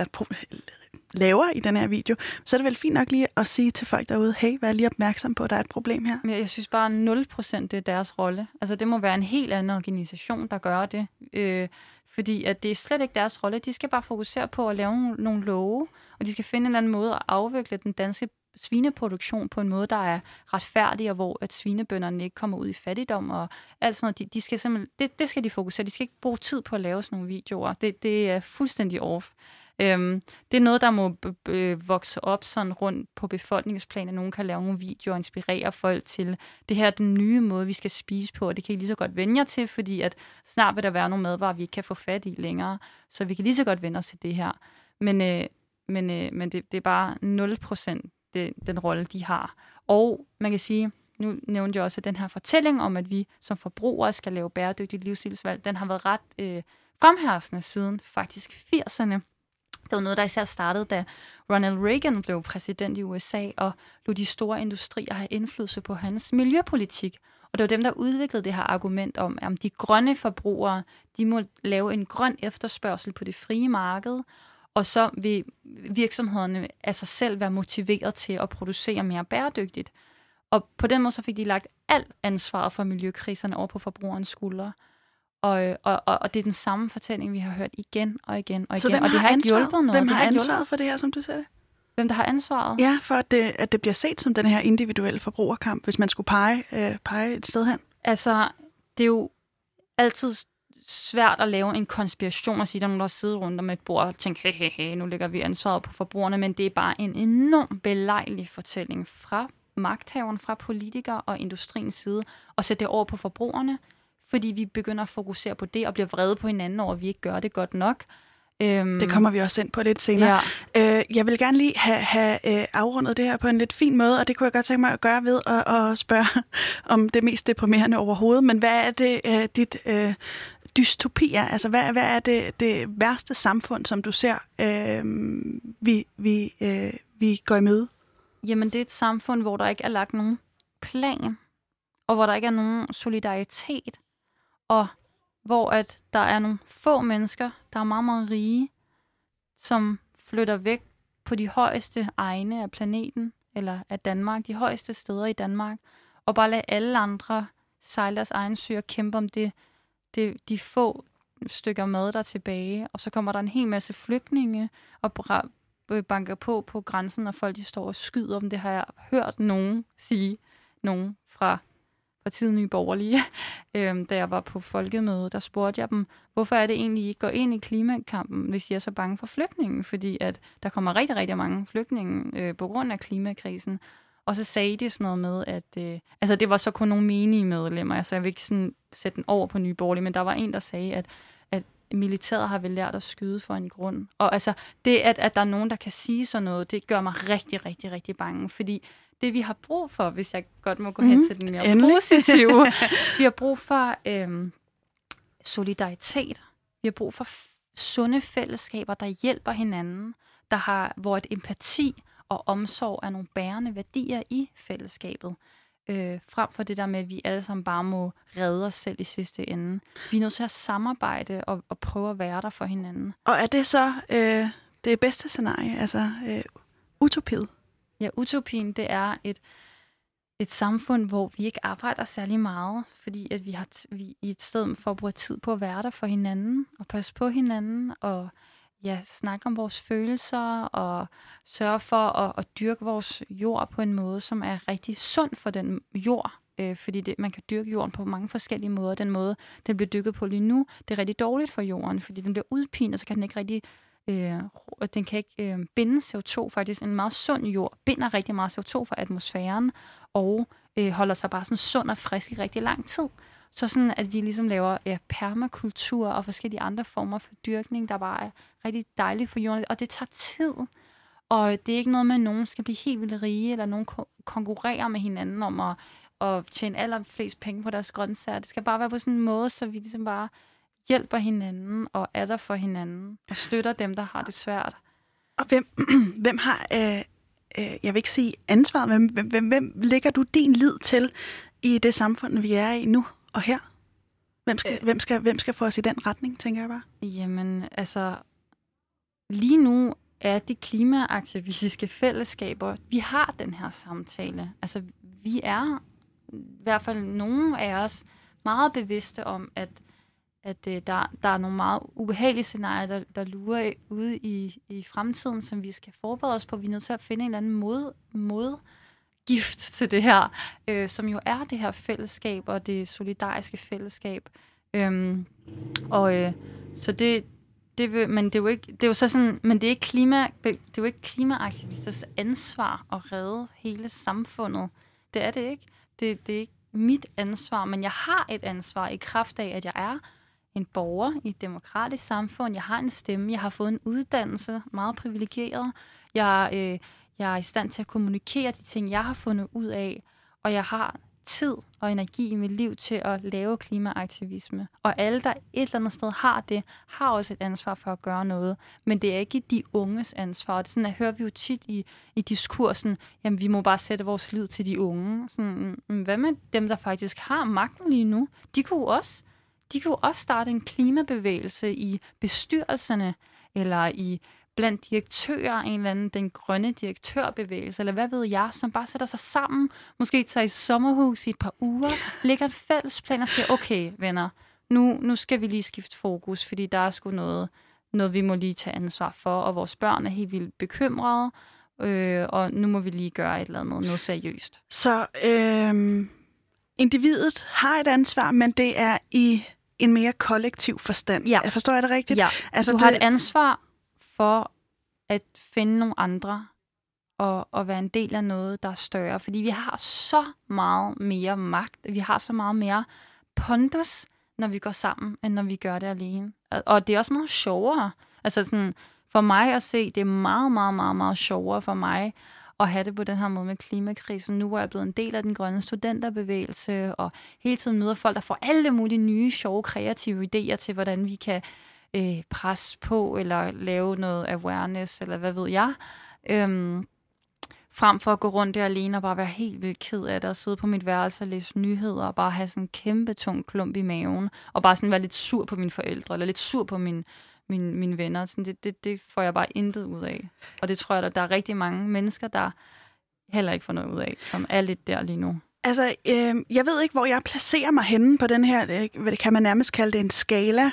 laver i den her video, så er det vel fint nok lige at sige til folk derude, hey, vær lige opmærksom på, at der er et problem her. Men jeg synes bare, nul procent det er deres rolle. Altså det må være en helt anden organisation, der gør det. Øh, fordi at det er slet ikke deres rolle. De skal bare fokusere på at lave nogle love, og de skal finde en eller anden måde at afvikle den danske svineproduktion på en måde, der er retfærdig, og hvor at svinebønderne ikke kommer ud i fattigdom, og alt sådan noget. De, de skal simpelthen, det, det skal de fokusere. De skal ikke bruge tid på at lave sådan nogle videoer. Det, det er fuldstændig off. Øhm, det er noget, der må b- b- vokse op sådan rundt på befolkningsplan, at nogen kan lave nogle videoer og inspirere folk til, det her er den nye måde, vi skal spise på, og det kan I lige så godt vende jer til, fordi at snart vil der være nogle madvarer, vi ikke kan få fat i længere, så vi kan lige så godt vende os til det her. Men, øh, men, øh, men det, det er bare nul procent det, den rolle, de har. Og man kan sige, nu nævnte jeg også, at den her fortælling om, at vi som forbrugere skal lave bæredygtigt livsstilsvalg, den har været ret øh, fremherskende siden faktisk firserne. Det var noget, der især startede, da Ronald Reagan blev præsident i U S A, og lod de store industrier have indflydelse på hans miljøpolitik. Og det var dem, der udviklede det her argument om, at de grønne forbrugere, de må lave en grøn efterspørgsel på det frie marked, og så vil virksomhederne af sig selv være motiveret til at producere mere bæredygtigt. Og på den måde så fik de lagt alt ansvaret for miljøkriserne over på forbrugerens skuldre. Og, og, og det er den samme fortælling, vi har hørt igen og igen og igen. Så hvem og det har, har ikke ansvaret? hjulpet noget. Hvem har, har ansvaret hjulpet. for det her, som du sagde det? Hvem der har ansvaret? Ja, for at det, at det bliver set som den her individuelle forbrugerkamp, hvis man skulle pege, øh, pege et sted hen. Altså, det er jo altid svært at lave en konspiration og sige, at der er nogen, der sidder rundt om et bord og tænker, hey, hey, hey, nu lægger vi ansvaret på forbrugerne, men det er bare en enorm belejlig fortælling fra magthaveren, fra politikere og industriens side, og sætte det over på forbrugerne, fordi vi begynder at fokusere på det og bliver vrede på hinanden over, at vi ikke gør det godt nok. Øhm, det kommer vi også ind på lidt senere. Ja. Øh, jeg vil gerne lige have, have øh, afrundet det her på en lidt fin måde, og det kunne jeg godt tænke mig at gøre ved at, at spørge om det mest deprimerende overhovedet. Men hvad er det, øh, dit øh, dystopi er? Altså, hvad, hvad er det, det værste samfund, som du ser, øh, vi, vi, øh, vi går i møde? Jamen, det er et samfund, hvor der ikke er lagt nogen plan, og hvor der ikke er nogen solidaritet, og hvor at der er nogle få mennesker, der er meget, meget rige, som flytter væk på de højeste egne af planeten, eller af Danmark, de højeste steder i Danmark, og bare lade alle andre sejle deres egen sø og kæmpe om det, det, de få stykker mad, der er tilbage. Og så kommer der en hel masse flygtninge og banker på på grænsen, og folk de står og skyder dem. Det har jeg hørt nogen sige, nogen fra partiet Nye Borgerlige, øhm, da jeg var på folkemøde, der spurgte jeg dem, hvorfor er det egentlig, I ikke går ind i klimakampen, hvis I er så bange for flygtningen? Fordi at der kommer rigtig, rigtig mange flygtninge øh, på grund af klimakrisen. Og så sagde de sådan noget med, at øh, altså det var så kun nogle menige medlemmer, så jeg vil ikke sådan sætte den over på Nye Borgerlige, men der var en, der sagde, at, at militæret har vel lært at skyde for en grund. Og altså det, at, at der er nogen, der kan sige sådan noget, det gør mig rigtig, rigtig, rigtig bange, fordi det, vi har brug for, hvis jeg godt må gå hen mm, til den mere endelig. positive, vi har brug for øhm, solidaritet. Vi har brug for f- sunde fællesskaber, der hjælper hinanden, der har, hvor et empati og omsorg er nogle bærende værdier i fællesskabet. Øh, frem for det der med, at vi alle sammen bare må redde os selv i sidste ende. Vi er nødt til at samarbejde og, og prøve at være der for hinanden. Og er det så øh, det bedste scenarie, altså øh, utopiet? Ja, utopien, det er et, et samfund, hvor vi ikke arbejder særlig meget, fordi at vi har t- vi i et sted for at bruge tid på at være der for hinanden, og passe på hinanden, og ja, snakke om vores følelser, og sørge for at, at dyrke vores jord på en måde, som er rigtig sund for den jord, øh, fordi det, man kan dyrke jorden på mange forskellige måder. Den måde, den bliver dyrket på lige nu, det er rigtig dårligt for jorden, fordi den bliver udpinet, så kan den ikke rigtig Øh, den kan ikke øh, binde C O to, faktisk. En meget sund jord binder rigtig meget C O to fra atmosfæren, og øh, holder sig bare sådan sund og frisk i rigtig lang tid. Så sådan, at vi ligesom laver ja, permakultur og forskellige andre former for dyrkning, der bare er rigtig dejligt for jorden, og det tager tid. Og det er ikke noget med, at nogen skal blive helt vildt rige, eller nogen ko- konkurrerer med hinanden om at, at tjene allerflest penge på deres grøntsager. Det skal bare være på sådan en måde, så vi ligesom bare hjælper hinanden og er der for hinanden og støtter dem, der har det svært. Og hvem, hvem har, øh, øh, jeg vil ikke sige ansvaret, men hvem, hvem, hvem lægger du din lid til i det samfund, vi er i nu og her? Hvem skal, øh. hvem skal, hvem skal få os i den retning, tænker jeg bare? Jamen, altså, lige nu er de klimaaktivistiske fællesskaber, vi har den her samtale. Altså, vi er i hvert fald nogle af os meget bevidste om, at, at uh, der, der er nogle meget ubehagelige scenarier, der, der lurer ude i, i fremtiden, som vi skal forberede os på. Vi er nødt til at finde en eller anden måde, måde gift til det her, øh, som jo er det her fællesskab og det solidariske fællesskab. Øhm, og øh, så det, det vil, men det er jo ikke, det er jo så sådan, men det er ikke klima, det er jo ikke klimaaktivisters ansvar at redde hele samfundet. Det er det ikke. Det, det er ikke mit ansvar, men jeg har et ansvar i kraft af, at jeg er en borger i et demokratisk samfund. Jeg har en stemme, jeg har fået en uddannelse, meget privilegeret. Jeg øh, Jeg er i stand til at kommunikere de ting, jeg har fundet ud af, og jeg har tid og energi i mit liv til at lave klimaaktivisme. Og alle, der et eller andet sted har det, har også et ansvar for at gøre noget. Men det er ikke de unges ansvar. Det sådan, at hører vi jo tit i, i diskursen, jamen vi må bare sætte vores lid til de unge. Sådan, hvad med dem, der faktisk har magten lige nu? De kunne også, de kunne også starte en klimabevægelse i bestyrelserne, eller i blandt direktører, en eller anden, den grønne direktørbevægelse, eller hvad ved jeg, som bare sætter sig sammen, måske tager i sommerhus i et par uger, lægger en fælles plan og siger, okay, venner, nu, nu skal vi lige skifte fokus, fordi der er sgu noget, noget, vi må lige tage ansvar for, og vores børn er helt vildt bekymrede, øh, og nu må vi lige gøre et eller andet, noget seriøst. Så øh, individet har et ansvar, men det er i en mere kollektiv forstand. Ja. Jeg forstår jeg det rigtigt? Ja, altså, du det... har et ansvar for at finde nogle andre og, og være en del af noget, der er større. Fordi vi har så meget mere magt, vi har så meget mere pondus, når vi går sammen, end når vi gør det alene. Og det er også meget sjovere. Altså sådan, for mig at se, det er meget, meget, meget, meget sjovere for mig at have det på den her måde med klimakrisen. Nu er jeg blevet en del af den grønne studenterbevægelse, og hele tiden møder folk, der får alle mulige nye, sjove, kreative idéer til, hvordan vi kan øh, presse på, eller lave noget awareness, eller hvad ved jeg. Øhm, frem for at gå rundt der alene og bare være helt vildt ked af det, og sidde på mit værelse og læse nyheder, og bare have sådan en kæmpe tung klump i maven, og bare sådan være lidt sur på mine forældre, eller lidt sur på min Mine, mine venner. Sådan, det, det, det får jeg bare intet ud af. Og det tror jeg, at der er rigtig mange mennesker, der heller ikke får noget ud af, som er lidt der lige nu. Altså, øh, jeg ved ikke, hvor jeg placerer mig henne på den her, øh, hvad det kan man nærmest kalde det, en skala.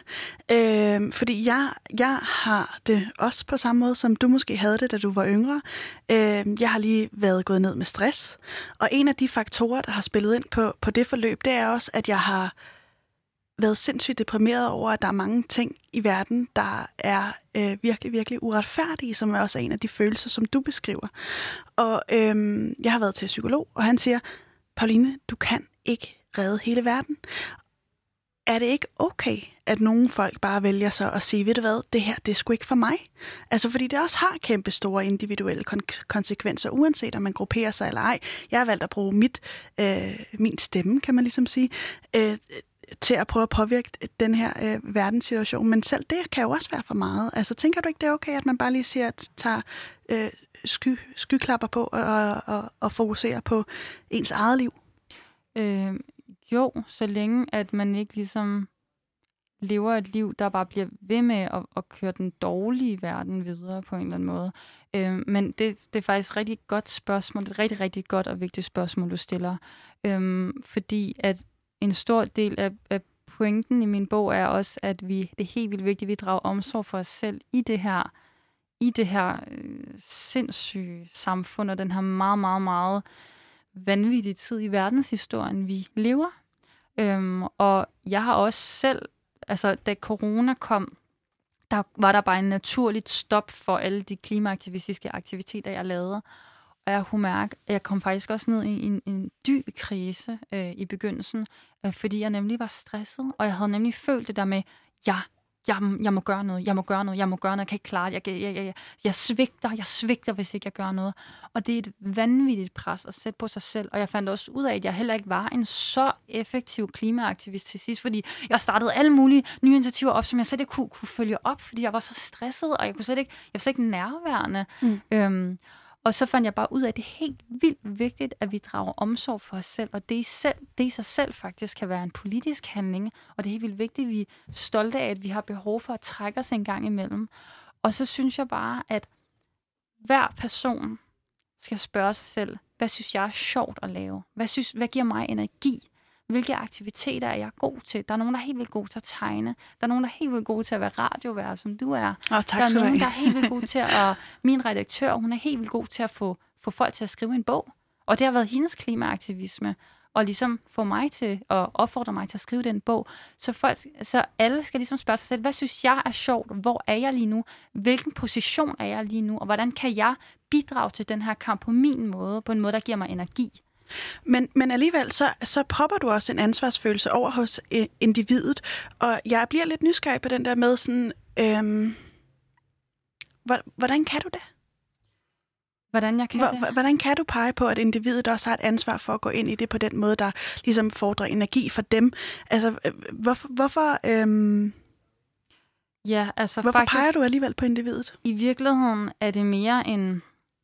Øh, fordi jeg, jeg har det også på samme måde, som du måske havde det, da du var yngre. Øh, jeg har lige været gået ned med stress. Og en af de faktorer, der har spillet ind på, på det forløb, det er også, at jeg har været sindssygt deprimeret over, at der er mange ting i verden, der er øh, virkelig, virkelig uretfærdige, som er også en af de følelser, som du beskriver. Og øh, jeg har været til psykolog, og han siger, Pauline, du kan ikke redde hele verden. Er det ikke okay, at nogle folk bare vælger så at sige, ved du hvad, det her, det er sgu ikke for mig? Altså, fordi det også har kæmpe store individuelle kon- konsekvenser, uanset om man grupperer sig eller ej. Jeg har valgt at bruge mit, øh, min stemme, kan man ligesom sige, øh, til at prøve at påvirke den her øh, verdenssituation. Men selv det kan jo også være for meget. Altså, tænker du ikke, det er okay, at man bare lige siger, at tager øh, sky, skyklapper på og, og, og fokuserer på ens eget liv? Øh, jo, så længe at man ikke ligesom lever et liv, der bare bliver ved med at, at køre den dårlige verden videre på en eller anden måde. Øh, men det, det er faktisk et rigtig godt spørgsmål. Det er et rigtig, rigtig godt og vigtigt spørgsmål, du stiller. Øh, fordi at en stor del af, af pointen i min bog er også, at vi, det er helt vildt vigtigt, at vi drager omsorg for os selv i det her, i det her øh, sindssyge samfund, og den her meget, meget, meget vanvittige tid i verdenshistorien, vi lever. Øhm, og jeg har også selv, altså da corona kom, der var der bare en naturligt stop for alle de klimaaktivistiske aktiviteter, jeg lavede. Og jeg kunne mærke, at jeg kom faktisk også ned i en, en dyb krise øh, i begyndelsen, øh, fordi jeg nemlig var stresset, og jeg havde nemlig følt det der med, ja, jeg, jeg må gøre noget, jeg må gøre noget, jeg må gøre noget, jeg kan ikke klare det, jeg, jeg, jeg, jeg, jeg svigter, jeg svigter, hvis ikke jeg gør noget. Og det er et vanvittigt pres at sætte på sig selv, og jeg fandt også ud af, at jeg heller ikke var en så effektiv klimaaktivist til sidst, fordi jeg startede alle mulige nye initiativer op, som jeg slet ikke kunne, kunne følge op, fordi jeg var så stresset, og jeg kunne slet ikke, jeg var slet ikke nærværende. Mm. Øhm, Og så fandt jeg bare ud af, at det er helt vildt vigtigt, at vi drager omsorg for os selv. Og det i, selv, det i sig selv faktisk kan være en politisk handling. Og det er helt vildt vigtigt, at vi er stolte af, at vi har behov for at trække os en gang imellem. Og så synes jeg bare, at hver person skal spørge sig selv, hvad synes jeg er sjovt at lave? Hvad, synes, hvad giver mig energi? Hvilke aktiviteter er jeg god til? Der er nogen, der er helt vildt gode til at tegne. Der er nogen, der er helt vildt gode til at være radioværer, som du er. Oh, tak, der er nogen, der er helt vildt gode til at... Min redaktør, hun er helt vildt god til at få, få folk til at skrive en bog. Og det har været hendes klimaaktivisme. Og ligesom få mig til at opfordre mig til at skrive den bog. Så, folk, så alle skal ligesom spørge sig selv, hvad synes jeg er sjovt? Hvor er jeg lige nu? Hvilken position er jeg lige nu? Og hvordan kan jeg bidrage til den her kamp på min måde? På en måde, der giver mig energi. Men, men alligevel, så, så popper du også en ansvarsfølelse over hos eh, individet. Og jeg bliver lidt nysgerrig på den der med sådan, øhm, hvordan kan du det? Hvordan jeg kan Hvor, det? Hvordan kan du pege på, at individet også har et ansvar for at gå ind i det på den måde, der ligesom fordrer energi for dem? Altså, hvorfor... hvorfor øhm, ja, altså hvorfor faktisk, peger du alligevel på individet? I virkeligheden er det mere en,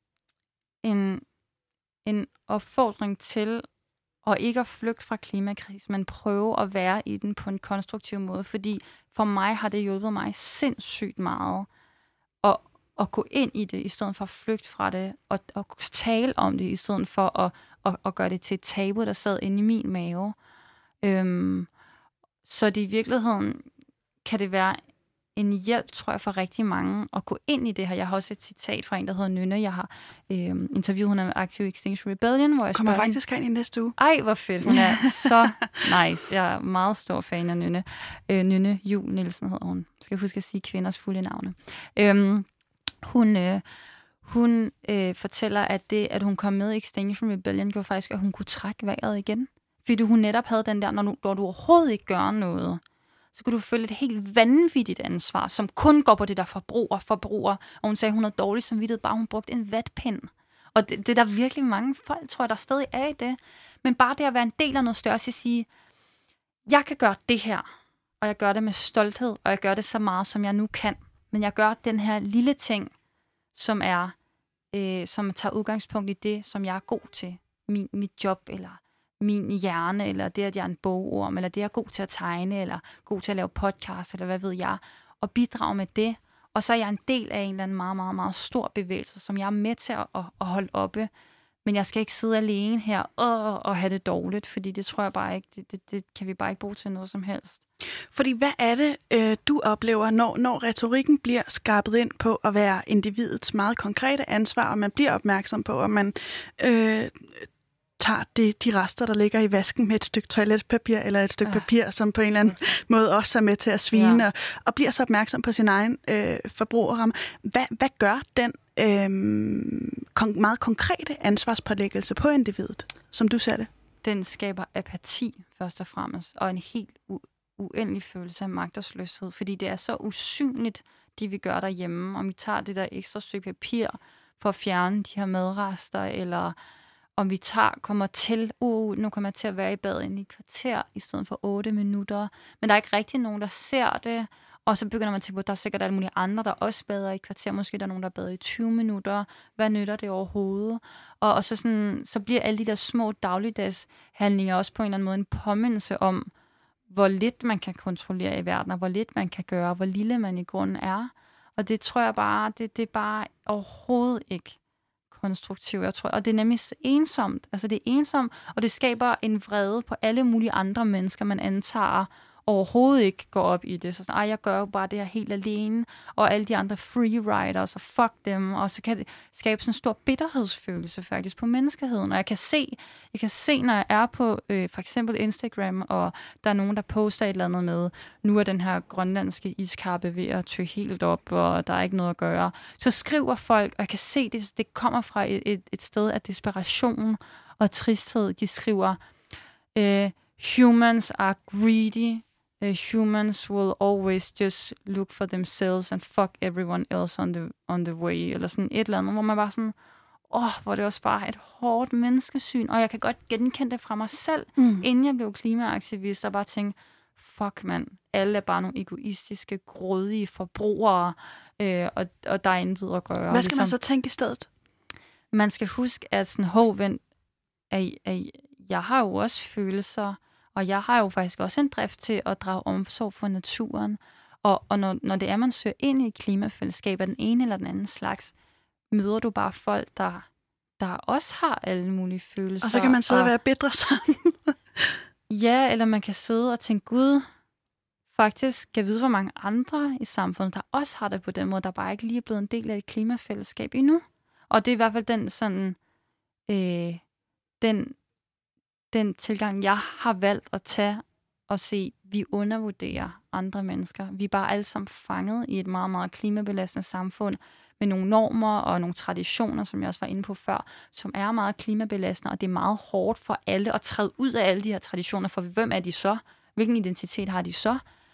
en, en opfordring til at ikke at flygte fra klimakrisen, men prøve at være i den på en konstruktiv måde. Fordi for mig har det hjulpet mig sindssygt meget at, at gå ind i det, i stedet for at flygte fra det, og, og tale om det, i stedet for at, at, at gøre det til et tabu, der sad inde i min mave. Øhm, så det i virkeligheden kan det være en hjælp, tror jeg, for rigtig mange at gå ind i det her. Jeg har også et citat fra en, der hedder Nynne. Jeg har øh, interviewet, hun er med Active Extinction Rebellion, hvor jeg kommer spørger faktisk ind i næste uge. Ej, hvor fedt. Hun er så nice. Jeg er meget stor fan af Nynne. Øh, Nynne Juhl Nielsen hedder hun. Skal jeg huske at sige kvinders fulde navne. Øhm, hun øh, hun øh, fortæller, at det, at hun kom med i Extinction Rebellion, gjorde faktisk, at hun kunne trække vejret igen. Fordi hun netop havde den der, når du, når du overhovedet ikke gør noget, så kunne du føle et helt vanvittigt ansvar, som kun går på det der forbruger, forbruger. Og hun sagde, hun er dårlig samvittighed, bare hun brugte en vatpind. Og det, det er der virkelig mange folk, tror jeg, der stadig er i det. Men bare det at være en del af noget større, at sige, jeg kan gøre det her, og jeg gør det med stolthed, og jeg gør det så meget, som jeg nu kan. Men jeg gør den her lille ting, som er, øh, som tager udgangspunkt i det, som jeg er god til. Min, mit job, eller min hjerne, eller det, at jeg er en bogorm, eller det, at jeg er god til at tegne, eller god til at lave podcast, eller hvad ved jeg, og bidrage med det. Og så er jeg en del af en eller anden meget, meget, meget stor bevægelse, som jeg er med til at, at, at holde oppe. Men jeg skal ikke sidde alene her og, og have det dårligt, fordi det tror jeg bare ikke, det, det, det kan vi bare ikke bruge til noget som helst. Fordi hvad er det, øh, du oplever, når, når retorikken bliver skarpet ind på at være individets meget konkrete ansvar, og man bliver opmærksom på, at man øh, tager det, de rester, der ligger i vasken med et stykke toiletpapir eller et stykke øh. papir, som på en eller anden måde også er med til at svine, ja. og, og bliver så opmærksom på sin egen øh, forbrugerramme. Hvad, hvad gør den øh, kon- meget konkrete ansvarspålæggelse på individet, som du ser det? Den skaber apati, først og fremmest, og en helt u- uendelig følelse af magtesløshed, fordi det er så usynligt, de vi gør derhjemme, om vi tager det der ekstra stykke papir for at fjerne de her madrester, eller om vi tager, kommer til, uh, nu kommer jeg til at være i badet i et kvarter, i stedet for otte minutter. Men der er ikke rigtig nogen, der ser det. Og så begynder man til, at der er sikkert alle mulige andre, der også bader i et kvarter. Måske der er nogen, der bader i tyve minutter. Hvad nytter det overhovedet? Og, og så, sådan, så bliver alle de der små dagligdags handlinger også på en eller anden måde en påmindelse om, hvor lidt man kan kontrollere i verden, og hvor lidt man kan gøre, og hvor lille man i grunden er. Og det tror jeg bare, det, det er bare overhovedet ikke konstruktiv, jeg tror. Og det er nemlig ensomt. Altså det er ensomt, og det skaber en vrede på alle mulige andre mennesker, man antager overhovedet ikke går op i det. Så sådan, ej, jeg gør jo bare det her helt alene, og alle de andre freeriders, og fuck dem, og så kan det skabe sådan en stor bitterhedsfølelse faktisk på menneskeheden. Og jeg kan se, jeg kan se når jeg er på øh, for eksempel Instagram, og der er nogen, der poster et eller andet med, nu er den her grønlandske iskappe ved at tø helt op, og der er ikke noget at gøre. Så skriver folk, og jeg kan se, det, det kommer fra et, et, et sted af desperation og tristhed. De skriver, øh, humans are greedy. Uh, humans will always just look for themselves and fuck everyone else on the, on the way, eller sådan et eller andet, hvor man bare sådan, åh, oh, hvor det også bare et hårdt menneskesyn, og jeg kan godt genkende det fra mig selv, mm. inden jeg blev klimaaktivist, og bare tænke, fuck mand, alle er bare nogle egoistiske, grådige forbrugere, øh, og, og der er intet at gøre. Hvad skal ligesom, man så tænke i stedet? Man skal huske, at sådan, hov, vent, at, at jeg har jo også følelser, og jeg har jo faktisk også en drift til at drage omsorg for naturen. Og, og når, når det er, man søger ind i et klimafællesskab af den ene eller den anden slags, møder du bare folk, der, der også har alle mulige følelser. Og så kan man sidde og, og være bitre sammen. Ja, eller man kan sidde og tænke, Gud, faktisk kan vide, hvor mange andre i samfundet, der også har det på den måde, der bare ikke lige er blevet en del af et klimafællesskab endnu. Og det er i hvert fald den sådan, øh, den, den tilgang, jeg har valgt at tage og se, vi undervurderer andre mennesker. Vi er bare alle sammen fanget i et meget, meget klimabelastende samfund med nogle normer og nogle traditioner, som jeg også var inde på før, som er meget klimabelastende, og det er meget hårdt for alle at træde ud af alle de her traditioner, for hvem er de så? Hvilken identitet har de så?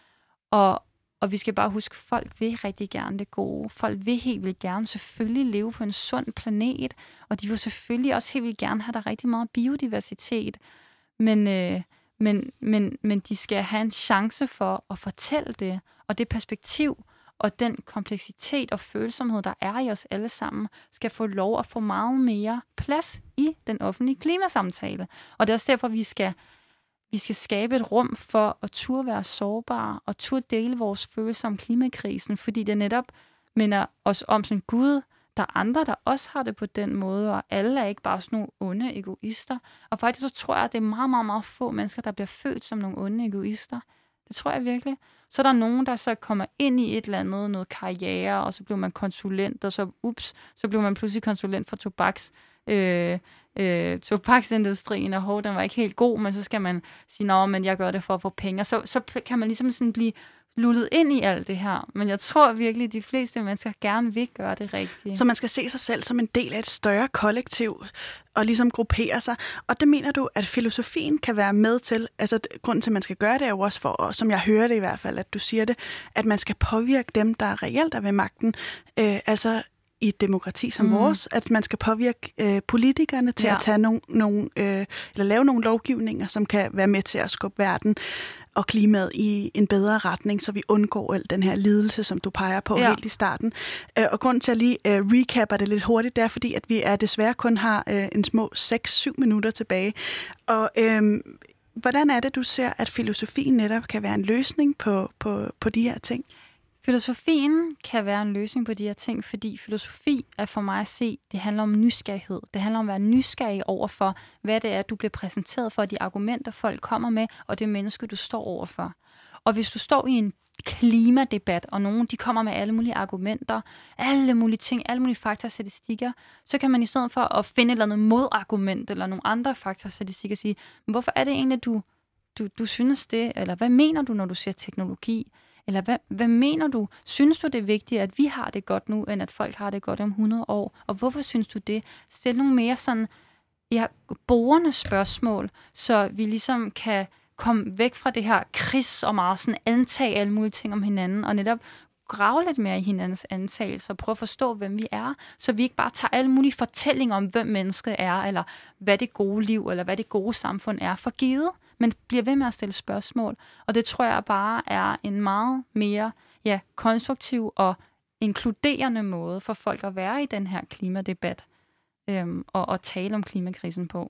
Og, og vi skal bare huske, folk vil rigtig gerne det gode. Folk vil helt vildt gerne selvfølgelig leve på en sund planet, og de vil selvfølgelig også helt vildt gerne have der rigtig meget biodiversitet. Men, øh, men, men, men de skal have en chance for at fortælle det, og det perspektiv, og den kompleksitet og følsomhed, der er i os alle sammen, skal få lov at få meget mere plads i den offentlige klimasamtale. Og det er også derfor, vi skal Vi skal skabe et rum for at turde være sårbare og turde dele vores følelser om klimakrisen, fordi det netop minder os om sådan, Gud, der er andre, der også har det på den måde, og alle er ikke bare sådan nogle onde egoister. Og faktisk så tror jeg, at det er meget, meget, meget få mennesker, der bliver født som nogle onde egoister. Det tror jeg virkelig. Så er der nogen, der så kommer ind i et eller andet, noget karriere, og så bliver man konsulent, og så, ups, så bliver man pludselig konsulent for tobaks øh, Øh, tobaksindustrien, og hov, den var ikke helt god, men så skal man sige, nå, men jeg gør det for at få penge. Så, så kan man ligesom sådan blive lullet ind i alt det her. Men jeg tror virkelig, at de fleste mennesker gerne vil gøre det rigtigt. Så man skal se sig selv som en del af et større kollektiv, og ligesom gruppere sig. Og det mener du, at filosofien kan være med til, altså grunden til, at man skal gøre det, er jo også for, og som jeg hører det i hvert fald, at du siger det, at man skal påvirke dem, der reelt er ved magten. Øh, altså i et demokrati som mm. vores, at man skal påvirke øh, politikerne til ja. at tage nogle, nogle, øh, eller lave nogle lovgivninger, som kan være med til at skubbe verden og klimaet i en bedre retning, så vi undgår al den her lidelse, som du peger på ja. helt i starten. Øh, og grunden til at lige øh, recapper det lidt hurtigt, det er fordi, at vi er desværre kun har øh, en små seks syv minutter tilbage. Og øh, hvordan er det, du ser, at filosofien netop kan være en løsning på, på, på de her ting? Filosofien kan være en løsning på de her ting, fordi filosofi er for mig at se, det handler om nysgerrighed. Det handler om at være nysgerrig over for, hvad det er, du bliver præsenteret for, de argumenter, folk kommer med, og det menneske, du står overfor. Og hvis du står i en klimadebat, og nogen de kommer med alle mulige argumenter, alle mulige ting, alle mulige fakta og statistikker, så kan man i stedet for at finde et eller andet modargument, eller nogle andre fakta og statistikker, sige, men hvorfor er det egentlig, du, du, du synes det? Eller hvad mener du, når du siger teknologi? Eller hvad, hvad mener du? Synes du, det er vigtigt, at vi har det godt nu, end at folk har det godt om hundrede år? Og hvorfor synes du det? Stil nogle mere sådan, ja, borende spørgsmål, så vi ligesom kan komme væk fra det her kris og meget sådan antage alle mulige ting om hinanden, og netop grave lidt mere i hinandens antagelser, og prøve at forstå, hvem vi er, så vi ikke bare tager alle mulige fortællinger om, hvem mennesket er, eller hvad det gode liv, eller hvad det gode samfund er for givet, men bliver ved med at stille spørgsmål. Og det tror jeg bare er en meget mere ja, konstruktiv og inkluderende måde for folk at være i den her klimadebat øhm, og, og tale om klimakrisen på.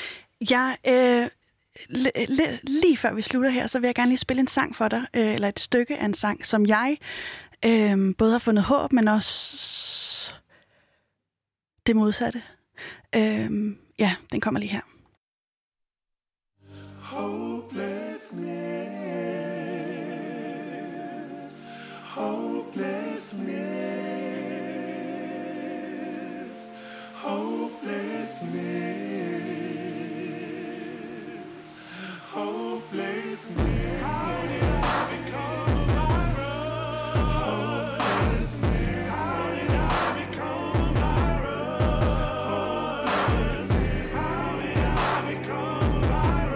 Ja, øh, l- l- lige før vi slutter her, så vil jeg gerne lige spille en sang for dig, øh, eller et stykke af en sang, som jeg øh, både har fundet håb, men også det modsatte. Øh, ja, den kommer lige her. Hopelessness, hopelessness, hopelessness, hopelessness. How did I become a virus? Hopelessness. How did I become a virus? Hopelessness. How did I become a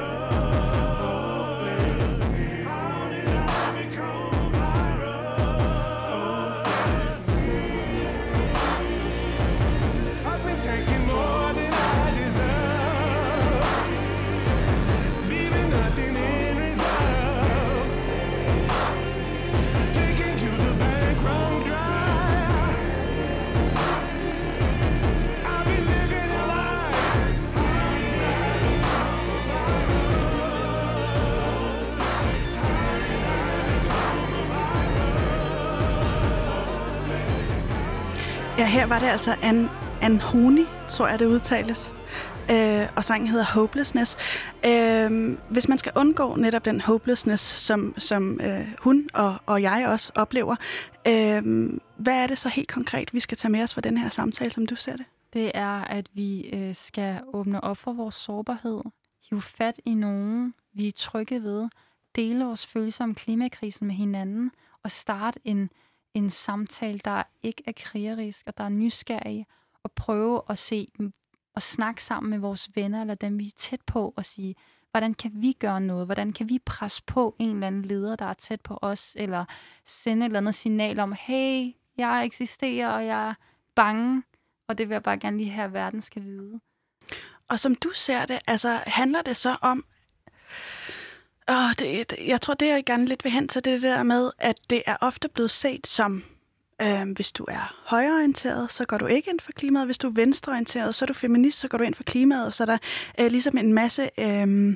virus? Hopelessness. How did I become a virus? Hopelessness. I've been taking more than I deserve, leaving nothing in reserve. Ja, her var det altså An Anhoni, tror jeg det udtales. Øh, og sangen hedder Hopelessness. Øh, hvis man skal undgå netop den hopelessness, som, som øh, hun og, og jeg også oplever, øh, hvad er det så helt konkret, vi skal tage med os for den her samtale, som du ser det? Det er, at vi øh, skal åbne op for vores sårbarhed, hive fat i nogen, vi er trygge ved, dele vores følelser om klimakrisen med hinanden, og starte en, en samtale, der ikke er krigerisk, og der er nysgerrig, og prøve at se og snakke sammen med vores venner, eller dem vi er tæt på, og sige, hvordan kan vi gøre noget? Hvordan kan vi presse på en eller anden leder, der er tæt på os, eller sende et eller andet signal om, hey, jeg eksisterer, og jeg er bange, og det vil jeg bare gerne lige have, at verden skal vide. Og som du ser det, altså handler det så om, åh, det, jeg tror, det jeg gerne lidt vil hen til, det der med, at det er ofte blevet set som, øh, hvis du er højreorienteret, så går du ikke ind for klimaet. Hvis du er venstreorienteret, så er du feminist, så går du ind for klimaet. Så er der øh, ligesom en masse øh,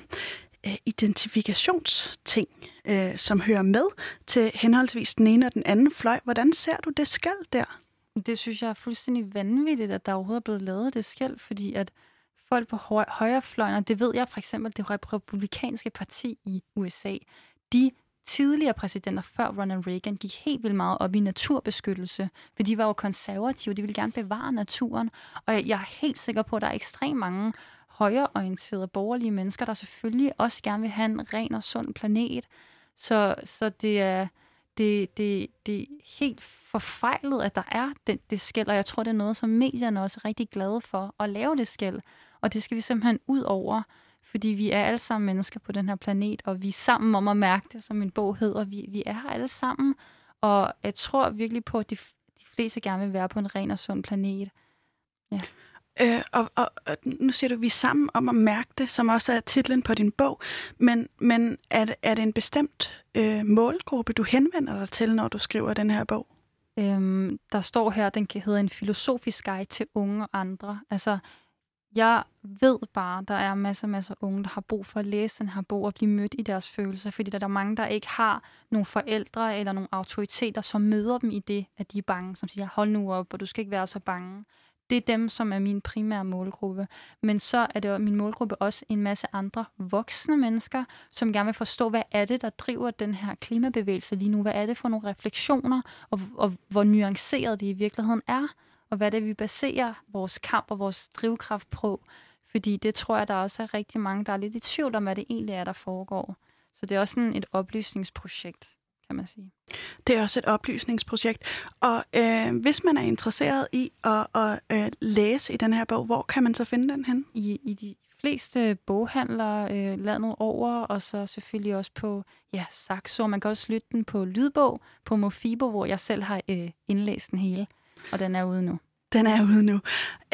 identifikationsting, øh, som hører med til henholdsvis den ene og den anden fløj. Hvordan ser du det skel der? Det synes jeg er fuldstændig vanvittigt, at der overhovedet er blevet lavet det skel, fordi at folk på høj- højrefløjen, og det ved jeg for eksempel, det republikanske parti i U S A, de tidligere præsidenter før Ronald Reagan gik helt vildt meget op i naturbeskyttelse, for de var jo konservative, de ville gerne bevare naturen, og jeg er helt sikker på, at der er ekstremt mange højreorienterede borgerlige mennesker, der selvfølgelig også gerne vil have en ren og sund planet. Så, så det er det, det, det er helt forfejlet, at der er det, det skel, og jeg tror, det er noget, som medierne også er rigtig glade for, at lave det skel. Og det skal vi simpelthen ud over, fordi vi er alle sammen mennesker på den her planet, og vi er sammen om at mærke det, som en bog hedder. Vi, vi er her alle sammen, og jeg tror virkelig på, at de, de fleste gerne vil være på en ren og sund planet. Ja. Øh, og, og, og nu siger du, at vi er sammen om at mærke det, som også er titlen på din bog. Men, men er, det, er det en bestemt øh, målgruppe, du henvender dig til, når du skriver den her bog? Øhm, der står her, den hedder En filosofisk guide til unge og andre. Altså, jeg ved bare, der er masser masser unge, der har brug for at læse den her bog og blive mødt i deres følelser, fordi der er mange, der ikke har nogle forældre eller nogle autoriteter, som møder dem i det, at de er bange, som siger, hold nu op, og du skal ikke være så bange. Det er dem, som er min primære målgruppe. Men så er det min målgruppe også en masse andre voksne mennesker, som gerne vil forstå, hvad er det, der driver den her klimabevægelse lige nu? Hvad er det for nogle refleksioner, og, og hvor nuanceret det i virkeligheden er? Og hvad det vi baserer vores kamp og vores drivkraft på? Fordi det tror jeg, der også er rigtig mange, der er lidt i tvivl om, hvad det egentlig er, der foregår. Så det er også sådan et oplysningsprojekt, kan man sige. Det er også et oplysningsprojekt. Og øh, hvis man er interesseret i at, at øh, læse i den her bog, hvor kan man så finde den hen? I, i de fleste boghandlere øh, landet over, og så selvfølgelig også på ja, Saxo. Man kan også lytte den på lydbog, på Mofibo, hvor jeg selv har øh, indlæst den hele, og den er ude nu. Den er ude nu.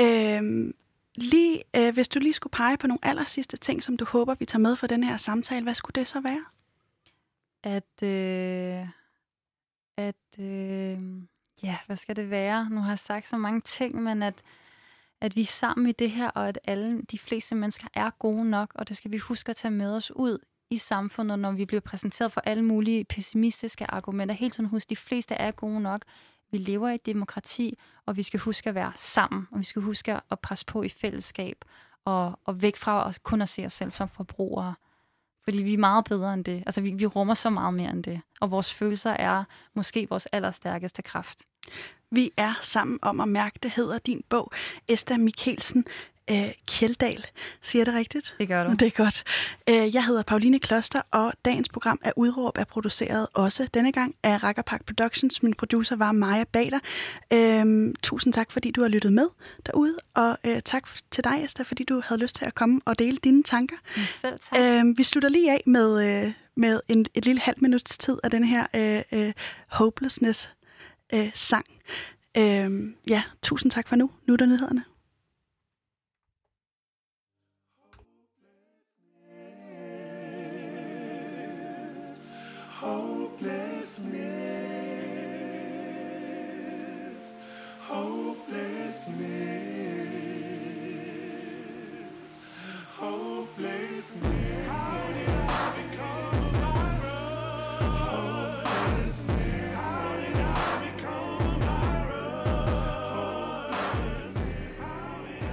Øh, lige, øh, hvis du lige skulle pege på nogle aller sidste ting, som du håber, vi tager med for den her samtale, hvad skulle det så være? At, øh, at øh, ja, hvad skal det være? Nu har jeg sagt så mange ting, men at, at vi er sammen i det her, og at alle de fleste mennesker er gode nok, og det skal vi huske at tage med os ud i samfundet, når vi bliver præsenteret for alle mulige pessimistiske argumenter. Helt sådan husk, de fleste er gode nok. Vi lever i et demokrati, og vi skal huske at være sammen, og vi skal huske at presse på i fællesskab, og, og væk fra os kun at se os selv som forbrugere. Fordi vi er meget bedre end det. Altså, vi, vi rummer så meget mere end det. Og vores følelser er måske vores allerstærkeste kraft. Vi er sammen om at mærke, det hedder din bog. Esther Michelsen øh, Kjeldahl. Siger det rigtigt? Det gør du. Det er godt. Øh, jeg hedder Pauline Kloster, og dagens program af Udråb er produceret også denne gang af Rakkerpark Productions. Min producer var Maja Bader. Øh, tusind tak, fordi du har lyttet med derude. Og øh, tak til dig, Esther, fordi du havde lyst til at komme og dele dine tanker. Selv tak. Øh, vi slutter lige af med, øh, med en, et lille halvt minuts tid af den her øh, øh, Hopelessness øh, sang. Øh, ja, tusind tak for nu. Nu er der nyhederne. Hopelessness.